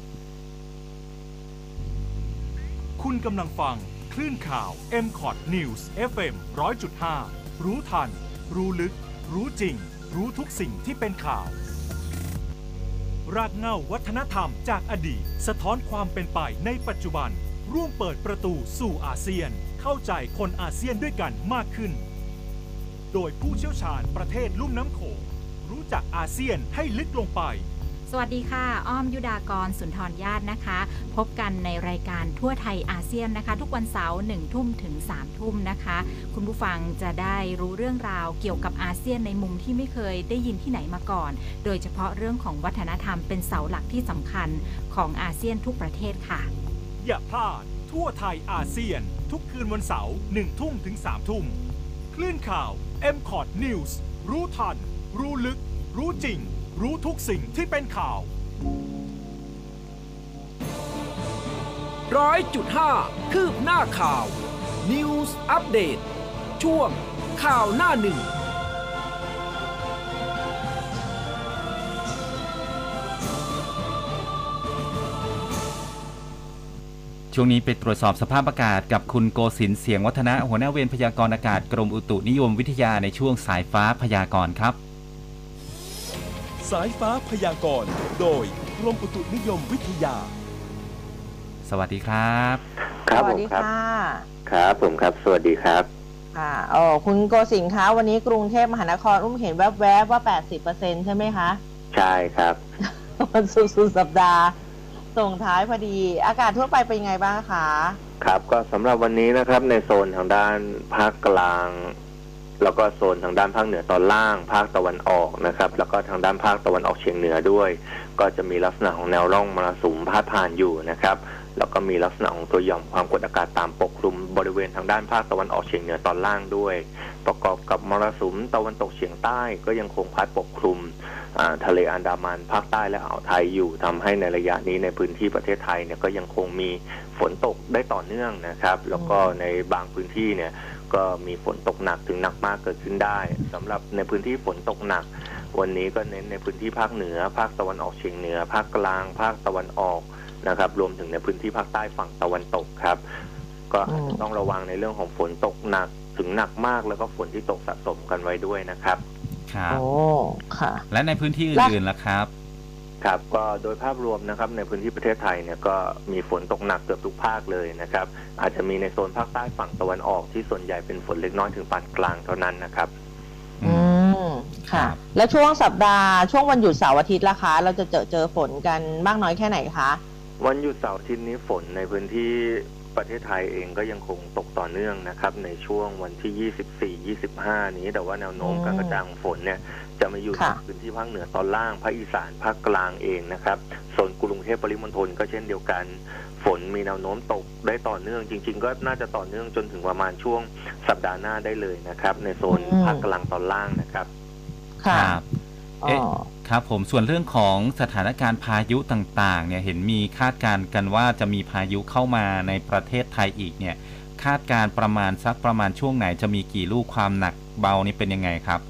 คุณกำลังฟังคลื่นข่าว เอ็ม คอท News เอฟ เอ็ม หนึ่งร้อยจุดห้า รู้ทันรู้ลึกรู้จริงรู้ทุกสิ่งที่เป็นข่าวรากเหง้าวัฒนธรรมจากอดีตสะท้อนความเป็นไปในปัจจุบันร่วมเปิดประตูสู่อาเซียนเข้าใจคนอาเซียนด้วยกันมากขึ้นโดยผู้เชี่ยวชาญประเทศลุ่มน้ำโขงรู้จักอาเซียนให้ลึกลงไปสวัสดีค่ะอ้อมยุดากรสุนทรญาตินะคะพบกันในรายการทั่วไทยอาเซียนนะคะทุกวันเสาร์หนึ่งทุ่มถึงสามทุ่มนะคะคุณผู้ฟังจะได้รู้เรื่องราวเกี่ยวกับอาเซียนในมุมที่ไม่เคยได้ยินที่ไหนมาก่อนโดยเฉพาะเรื่องของวัฒนธรรมเป็นเสาหลักที่สำคัญของอาเซียนทุกประเทศค่ะอย่าพลาดทั่วไทยอาเซียนทุกคืนวันเสาร์หนึ่งทุ่มถึงสามทุ่มคลื่นข่าว เอ็ม คอท News รู้ทันรู้ลึกรู้จริงรู้ทุกสิ่งที่เป็นข่าวร้อยจุดห้าคืบหน้าข่าว News Update ช่วงข่าวหน้าหนึ่งช่วงนี้ไปตรวจสอบสภาพอากาศกับคุณโกศินทร์เสียงวัฒนะหัวหน้าเวรพยากรณ์อากาศกรมอุตุนิยมวิทยาในช่วงสายฟ้าพยากรณ์ครับสายฟ้าพยากรณ์โดยกรมอุตุนิยมวิทยาสวัสดีครับครับสวัสดีค่ะครับผมครับสวัสดีครับค่ะโอ้คุณโกศินทร์คะวันนี้กรุงเทพมหานครอุ้มเห็นแวบๆว่า แปดสิบเปอร์เซ็นต์ ใช่ไหมคะใช่ครับวันศุกร์สุดสัปดาห์ส่งท้ายพอดีอากาศทั่วไปเป็นยังไงบ้างคะครับก็สำหรับวันนี้นะครับในโซนทางด้านภาคกลางแล้วก็โซนทางด้านภาคเหนือตอนล่างภาคตะวันออกนะครับแล้วก็ทางด้านภาคตะวันออกเฉียงเหนือด้วยก็จะมีลักษณะของแนวร่องมรสุมพาดผ่านอยู่นะครับแล้วก็มีลักษณะของตัวหย่อมความกดอากาศต่ำปกคลุมบริเวณทางด้านภาคตะวันออกเฉียงเหนือตอนล่างด้วยประกอบกับมรสุมตะวันตกเฉียงใต้ก็ยังคงพัดปกคลุมทะเลอันดามันภาคใต้และอ่าวไทยอยู่ทำให้ในระยะนี้ในพื้นที่ประเทศไทยเนี่ยก็ยังคงมีฝนตกได้ต่อเนื่องนะครับแล้วก็ในบางพื้นที่เนี่ยก็มีฝนตกหนักถึงหนักมากเกิดขึ้นได้สำหรับในพื้นที่ฝนตกหนักวันนี้ก็เน้นในพื้นที่ภาคเหนือภาคตะวันออกเฉียงเหนือภาคกลางภาคตะวันออกนะครับรวมถึงในพื้นที่ภาคใต้ฝั่งตะวันตกครับก็ต้องระวังในเรื่องของฝนตกหนักถึงหนักมากแล้วก็ฝนที่ตกสะสมกันไว้ด้วยนะครับครับโอ้ค่ะและในพื้นที่อื่นๆล่ะครับครับก็โดยภาพรวมนะครับในพื้นที่ประเทศไทยเนี่ยก็มีฝนตกหนักเกือบทุกภาคเลยนะครับอาจจะมีในโซนภาคใต้ฝั่งตะวันออกที่ส่วนใหญ่เป็นฝนเล็กน้อยถึงปานกลางเท่านั้นนะครับอืมค่ะและช่วงสัปดาห์ช่วงวันหยุดเสาร์อาทิตย์ล่ะคะเราจะเจอเจอฝนกันมากน้อยแค่ไหนคะวันหยุดเสาร์อาทิตย์นี้ฝนในพื้นที่ประเทศไทยเองก็ยังคงตกต่อเนื่องนะครับในช่วงวันที่ยี่สิบสี่ ยี่สิบห้านี้แต่ว่าแนวโน้มการกระจายของฝนเนี่ยจะมาอยู่ในพื้นที่ภาคเหนือตอนล่างภาคอีสานภาคกลางเองนะครับโซนกรุงเทพปริมณฑลก็เช่นเดียวกันฝนมีแนวโน้มตกได้ต่อเนื่องจริงๆก็น่าจะต่อเนื่องจนถึงประมาณช่วงสัปดาห์หน้าได้เลยนะครับในโซนภาคกลางตอนล่างนะครับครับเอ๊ะครับผมส่วนเรื่องของสถานการณ์พายุต่างๆเนี่ยเห็นมีคาดการณ์กันว่าจะมีพายุเข้ามาในประเทศไทยอีกเนี่ยคาดการณ์ประมาณสักประมาณช่วงไหนจะมีกี่ลูกความหนักเบานี่เป็นยังไงครับ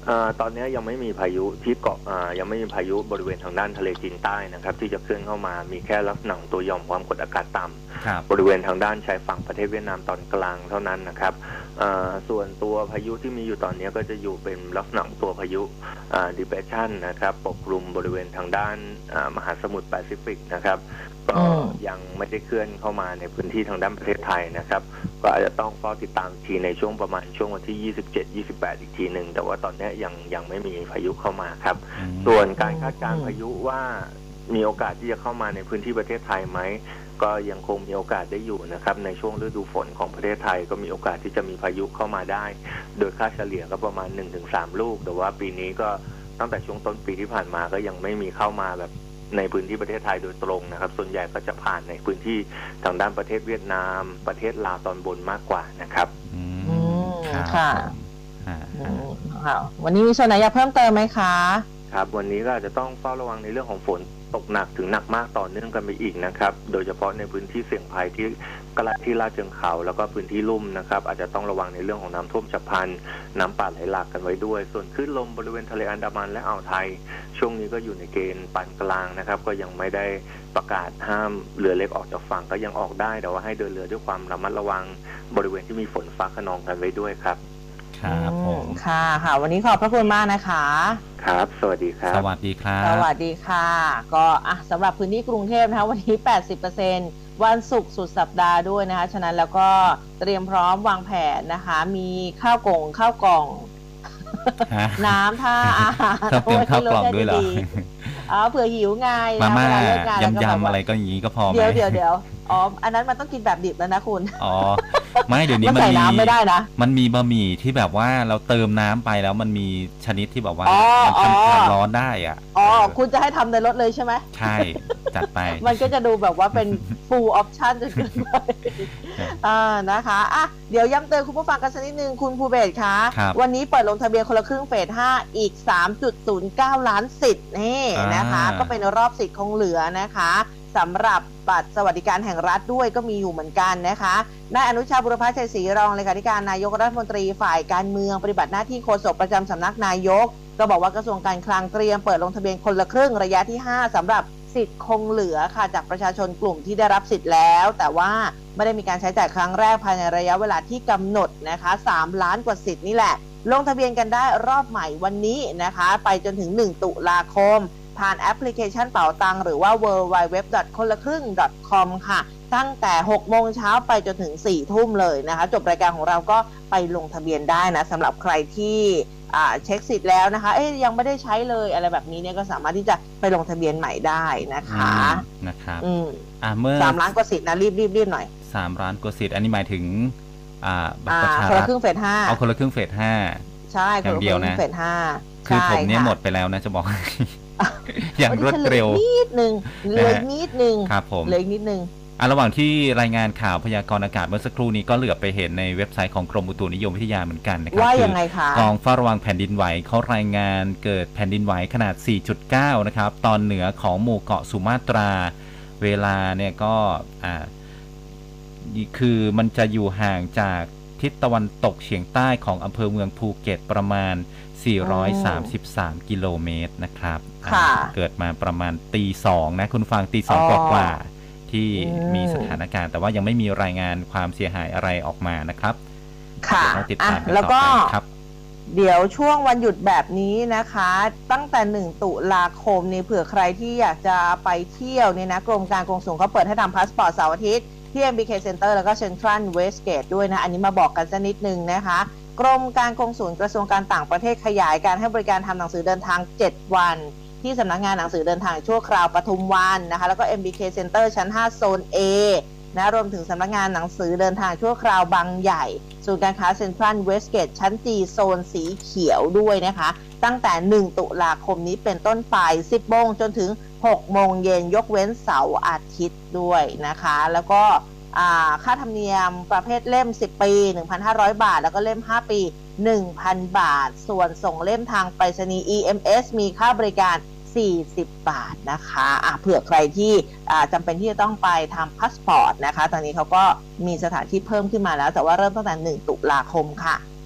ตอนนี้ยังไม่มีพายุที่เกาะยังไม่มีพายุบริเวณทางด้านทะเลจีนใต้นะครับที่จะเคลื่อนเข้ามามีแค่ลักษณะตัวหย่อมความกดอากาศต่ำบริเวณทางด้านชายฝั่งประเทศเวียดนามตอนกลางเท่านั้นนะครับส่วนตัวพายุที่มีอยู่ตอนนี้ก็จะอยู่เป็นลักษณะตัวพายุ depression นะครับปกคลุมบริเวณทางด้านมหาสมุทรแปซิฟิกนะครับก็ยังไม่ได้เคลื่อนเข้ามาในพื้นที่ทางด้านประเทศไทยนะครับก็อาจจะต้องเฝ้าติดตามทีในช่วงประมาณช่วงวันที่ยี่สิบเจ็ด ยี่สิบแปดอีกทีหนึ่งแต่ว่าตอนนี้ยังยังไม่มีพายุเข้ามาครับส่วนการคาดการณ์พายุว่ามีโอกาสที่จะเข้ามาในพื้นที่ประเทศไทยไหมก็ยังคงมีโอกาสได้อยู่นะครับในช่วงฤดูฝนของประเทศไทยก็มีโอกาสที่จะมีพายุเข้ามาได้โดยค่าเฉลี่ยก็ประมาณ หนึ่งถึงสาม ลูกแต่ว่าปีนี้ก็ตั้งแต่ช่วงต้นปีที่ผ่านมาก็ยังไม่มีเข้ามาแบบในพื้นที่ประเทศไทยโดยตรงนะครับส่วนใหญ่ก็จะผ่านในพื้นที่ทางด้านประเทศเวียดนามประเทศลาวตอนบนมากกว่านะครับอืมค่ะค่ะวันนี้มีส่วนไหนอยากเพิ่มเติมไหมคะครับวันนี้ก็อาจจะต้องเฝ้าระวังในเรื่องของฝนตกหนักถึงหนักมากต่อเนื่องกันไปอีกนะครับโดยเฉพาะในพื้นที่เสี่ยงภัยที่กระที่ลาดเชิงเขาแล้วก็พื้นที่ลุ่มนะครับอาจจะต้องระวังในเรื่องของน้ำท่วมฉับพลันน้ำป่าไหลหลากกันไว้ด้วยส่วนคลื่นลมบริเวณทะเลอันดามันและอ่าวไทยช่วงนี้ก็อยู่ในเกณฑ์ปานกลางนะครับก็ยังไม่ได้ประกาศห้ามเรือเล็กออกจากฝั่งก็ยังออกได้แต่ว่าให้เดินเรือด้วยความระมัดระวังบริเวณที่มีฝนฟ้าคะนองกันไว้ด้วยครับครับผมค่ะค่ะวันนี้ขอบพระคุณมากนะคะครับสวัสดีครับสวัสดีครับสวัสดีค่ะก็อ่ะสำหรับพื้นที่กรุงเทพนะคะวันนี้ แปดสิบเปอร์เซ็นต์ วันศุกร์สุดสัปดาห์ด้วยนะคะฉะนั้นแล้วก็เตรียมพร้อมวางแผนนะคะมีข้าวกล่องข้าวกล่องน้ำท่าอาหารเตรียมข้าวกล่องด้วยเหรออ๋อเผื่อหิวไงมาม่ายำยำอะไรก็อย่างนี้ก็พอไหมเดี๋ยวเดี๋ยวเดี๋ยวอ๋ออันนั้นมันต้องกินแบบดิบแล้วนะคุณอ๋อไม่เดี๋ยวนี้มันมีน้ำไม่ได้นะมันมีบะหมี่ที่แบบว่าเราเติมน้ำไปแล้วมันมีชนิดที่แบบว่ามันทำร้อนได้อ่ะอ๋อคุณจะให้ทำในรถเลยใช่ไหมใช่จัดไปมันก็จะดูแบบว่าเป็น full option จนเกินไปอ่านะคะอ่ะเดี๋ยวย้ำเตือนคุณผู้ฟังกันสักนิดนึงคุณภูเบศคะวันนี้เปิดลงทะเบียนคนละครึ่งเฟสห้าอีก สามจุดศูนย์เก้า ล้านสิทธิ์นี่นะคะก็เป็นรอบสิทธิ์คงเหลือนะคะสำหรับบัตรสวัสดิการแห่งรัฐด้วยก็มีอยู่เหมือนกันนะคะนายอนุชาบุรพชัยศรีรองเลขาธิการนายกรัฐมนตรีฝ่ายการเมืองปฏิบัติหน้าที่โฆษกประจำสำนักนายกก็บอกว่ากระทรวงการคลังเตรียมเปิดลงทะเบียนคนละครึ่งระยะที่ห้าสำหรับสิทธิ์คงเหลือค่ะจากประชาชนกลุ่มที่ได้รับสิทธิ์แล้วแต่ว่าไม่ได้มีการใช้จ่ายครั้งแรกภายในระยะเวลาที่กำหนดนะคะสามล้านกว่าสิทธิ์นี่แหละลงทะเบียนกันได้รอบใหม่วันนี้นะคะไปจนถึงหนึ่งตุลาคมผ่านแอปพลิเคชันเป๋าตังหรือว่า ดับเบิลยู ดับเบิลยู ดับเบิลยู ดอท คนละครึ่ง ดอท คอม ค่ะตั้งแต่หกโมงเช้าไปจนถึงสี่ทุ่มเลยนะคะจบรายการของเราก็ไปลงทะเบียนได้นะสำหรับใครที่เช็คสิทธิ์แล้วนะคะเอ๊ยยังไม่ได้ใช้เลยอะไรแบบนี้เนี่ยก็สามารถที่จะไปลงทะเบียนใหม่ได้นะคะนะครับอืมอ่าเมื่อสามล้านกว่าสิทธิ์นะรีบรีบรีบหน่อยสามล้านกว่าสิทธิ์อันนี้หมายถึงอ่าบัตรประชารัฐคนละครึ่งเฟสห้าเอาคนละครึ่งเฟสห้าใช่คนละครึ่งเฟสห้าคือผมเนี่ยหมดไปแล้วนะจะบอกอย่างรวดเร็วนิดนึงเลยนิดนึงครับผมเลยนิดนึงอ่ะระหว่างที่รายงานข่าวพยากรณ์อากาศเมื่อสักครู่นี้ก็เหลือบไปเห็นในเว็บไซต์ของกรมอุตุนิยมวิทยาเหมือนกันนะครับว่ายังไงคะกองเฝ้าระวังแผ่นดินไหวเขารายงานเกิดแผ่นดินไหวขนาด สี่จุดเก้า นะครับตอนเหนือของหมู่เกาะสุมาตราเวลาเนี่ยก็อ่าคือมันจะอยู่ห่างจากทิศตะวันตกเฉียงใต้ของอำเภอเมืองภูเก็ตประมาณสี่ร้อยสามสิบสามกิโลเมตรนะครับเกิดมาประมาณตีสองนะคุณฟังตีสองกว่าที่มีสถานการณ์แต่ว่ายังไม่มีรายงานความเสียหายอะไรออกมานะครับค่ะติดตามกันต่อไปครับเดี๋ยวช่วงวันหยุดแบบนี้นะคะตั้งแต่หนึ่งตุลาคมนี่เผื่อใครที่อยากจะไปเที่ยวเนี่ยนะกรมการกงสุลเขาเปิดให้ทำพาสปอร์ตเสาร์อาทิตย์ที่ เอ็ม บี เค Center แล้วก็ Central Westgate ด้วยนะอันนี้มาบอกกันสักนิดนึงนะคะกรมการกงสุลกระทรวงการต่างประเทศขยายการให้บริการทำหนังสือเดินทางเจ็ดวันที่สำนักงานหนังสือเดินทางชั่วคราวปทุมวันนะคะแล้วก็ เอ็ม บี เค Center ชั้นห้าโซน A นะรวมถึงสำนักงานหนังสือเดินทางชั่วคราวบางใหญ่ศูนย์การค้า Central Westgate ชั้น G โซนสีเขียวด้วยนะคะตั้งแต่หนึ่งตุลาคมนี้เป็นต้นไปสิบโมงจนถึงหกโมงเย็นยกเว้นเสาร์อาทิตย์ด้วยนะคะแล้วก็ค่าธรรมเนียมประเภทเล่มสิบปี หนึ่งพันห้าร้อย บาทแล้วก็เล่มห้าปี หนึ่งพัน บาทส่วนส่งเล่มทางไปรษณีย์ อี เอ็ม เอส มีค่าบริการสี่สิบบาทนะคะะเผื่อใครที่จำเป็นที่จะต้องไปทำพาสปอร์ตนะคะตอนนี้เขาก็มีสถานที่เพิ่มขึ้นมาแล้วแต่ว่าเริ่มตั้งแต่หนึ่งตุลาคมค่ะ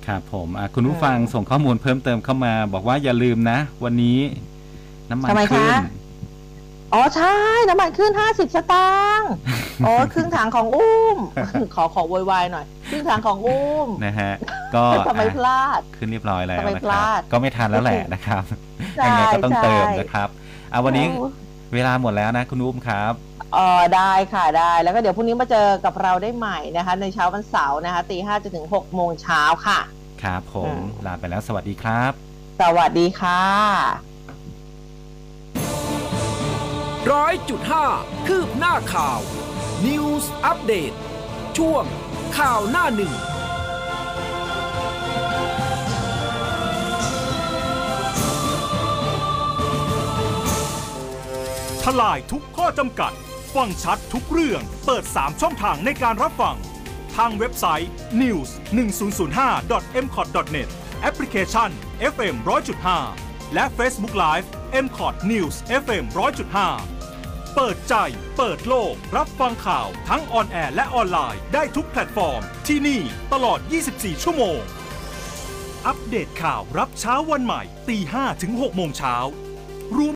ครับผมคุณผู้ฟังส่งข้อมูลเพิ่มเติมเข้ามาบอกว่าอย่าลืมนะวันนี้น้ำมันขึ้นอ๋อใช่น้ำมันขึ้นห้าสิบสตางค์อ๋อครึ่งถังของอุ้ม ขอขอโวยวายหน่อยครึ่งถังของอุ้มนะฮะก็ทำไมพลาดขึ้นเรียบร้อยแล้วนะครับก็ไม่ทันแล้วแหละนะครับยังไงก็ต้องเติมนะครับเอาวันนี้เวลาหมดแล้วนะคุณอุ้มครับอ๋อได้ค่ะได้แล้วก็เดี๋ยวพรุ่งนี้มาเจอกับเราได้ใหม่นะคะในเช้าวันเสาร์นะคะตีห้าจนถึงหกโมงเช้าค่ะครับผมลาไปแล้วสวัสดีครับสวัสดีค่ะร้อยจุดห้าคืบหน้าข่าว News Update ช่วงข่าวหน้าหนึ่งทลายทุกข้อจำกัดฟังชัดทุกเรื่องเปิดสามช่องทางในการรับฟังทางเว็บไซต์ นิวส์ หนึ่งศูนย์ศูนย์ห้า ดอท เอ็ม คอท ดอท เน็ต แอปพลิเคชัน เอฟ เอ็ม หนึ่งร้อยจุดห้า และ Facebook Live เอ็ม คอท News เอฟ เอ็ม หนึ่งร้อยจุดห้า เปิดใจเปิดโลกรับฟังข่าวทั้งออนแอร์และออนไลน์ได้ทุกแพลตฟอร์มที่นี่ตลอดยี่สิบสี่ชั่วโมงอัปเดตข่าวรับเช้าวันใหม่ตีห้าถึงหกโมงเช้า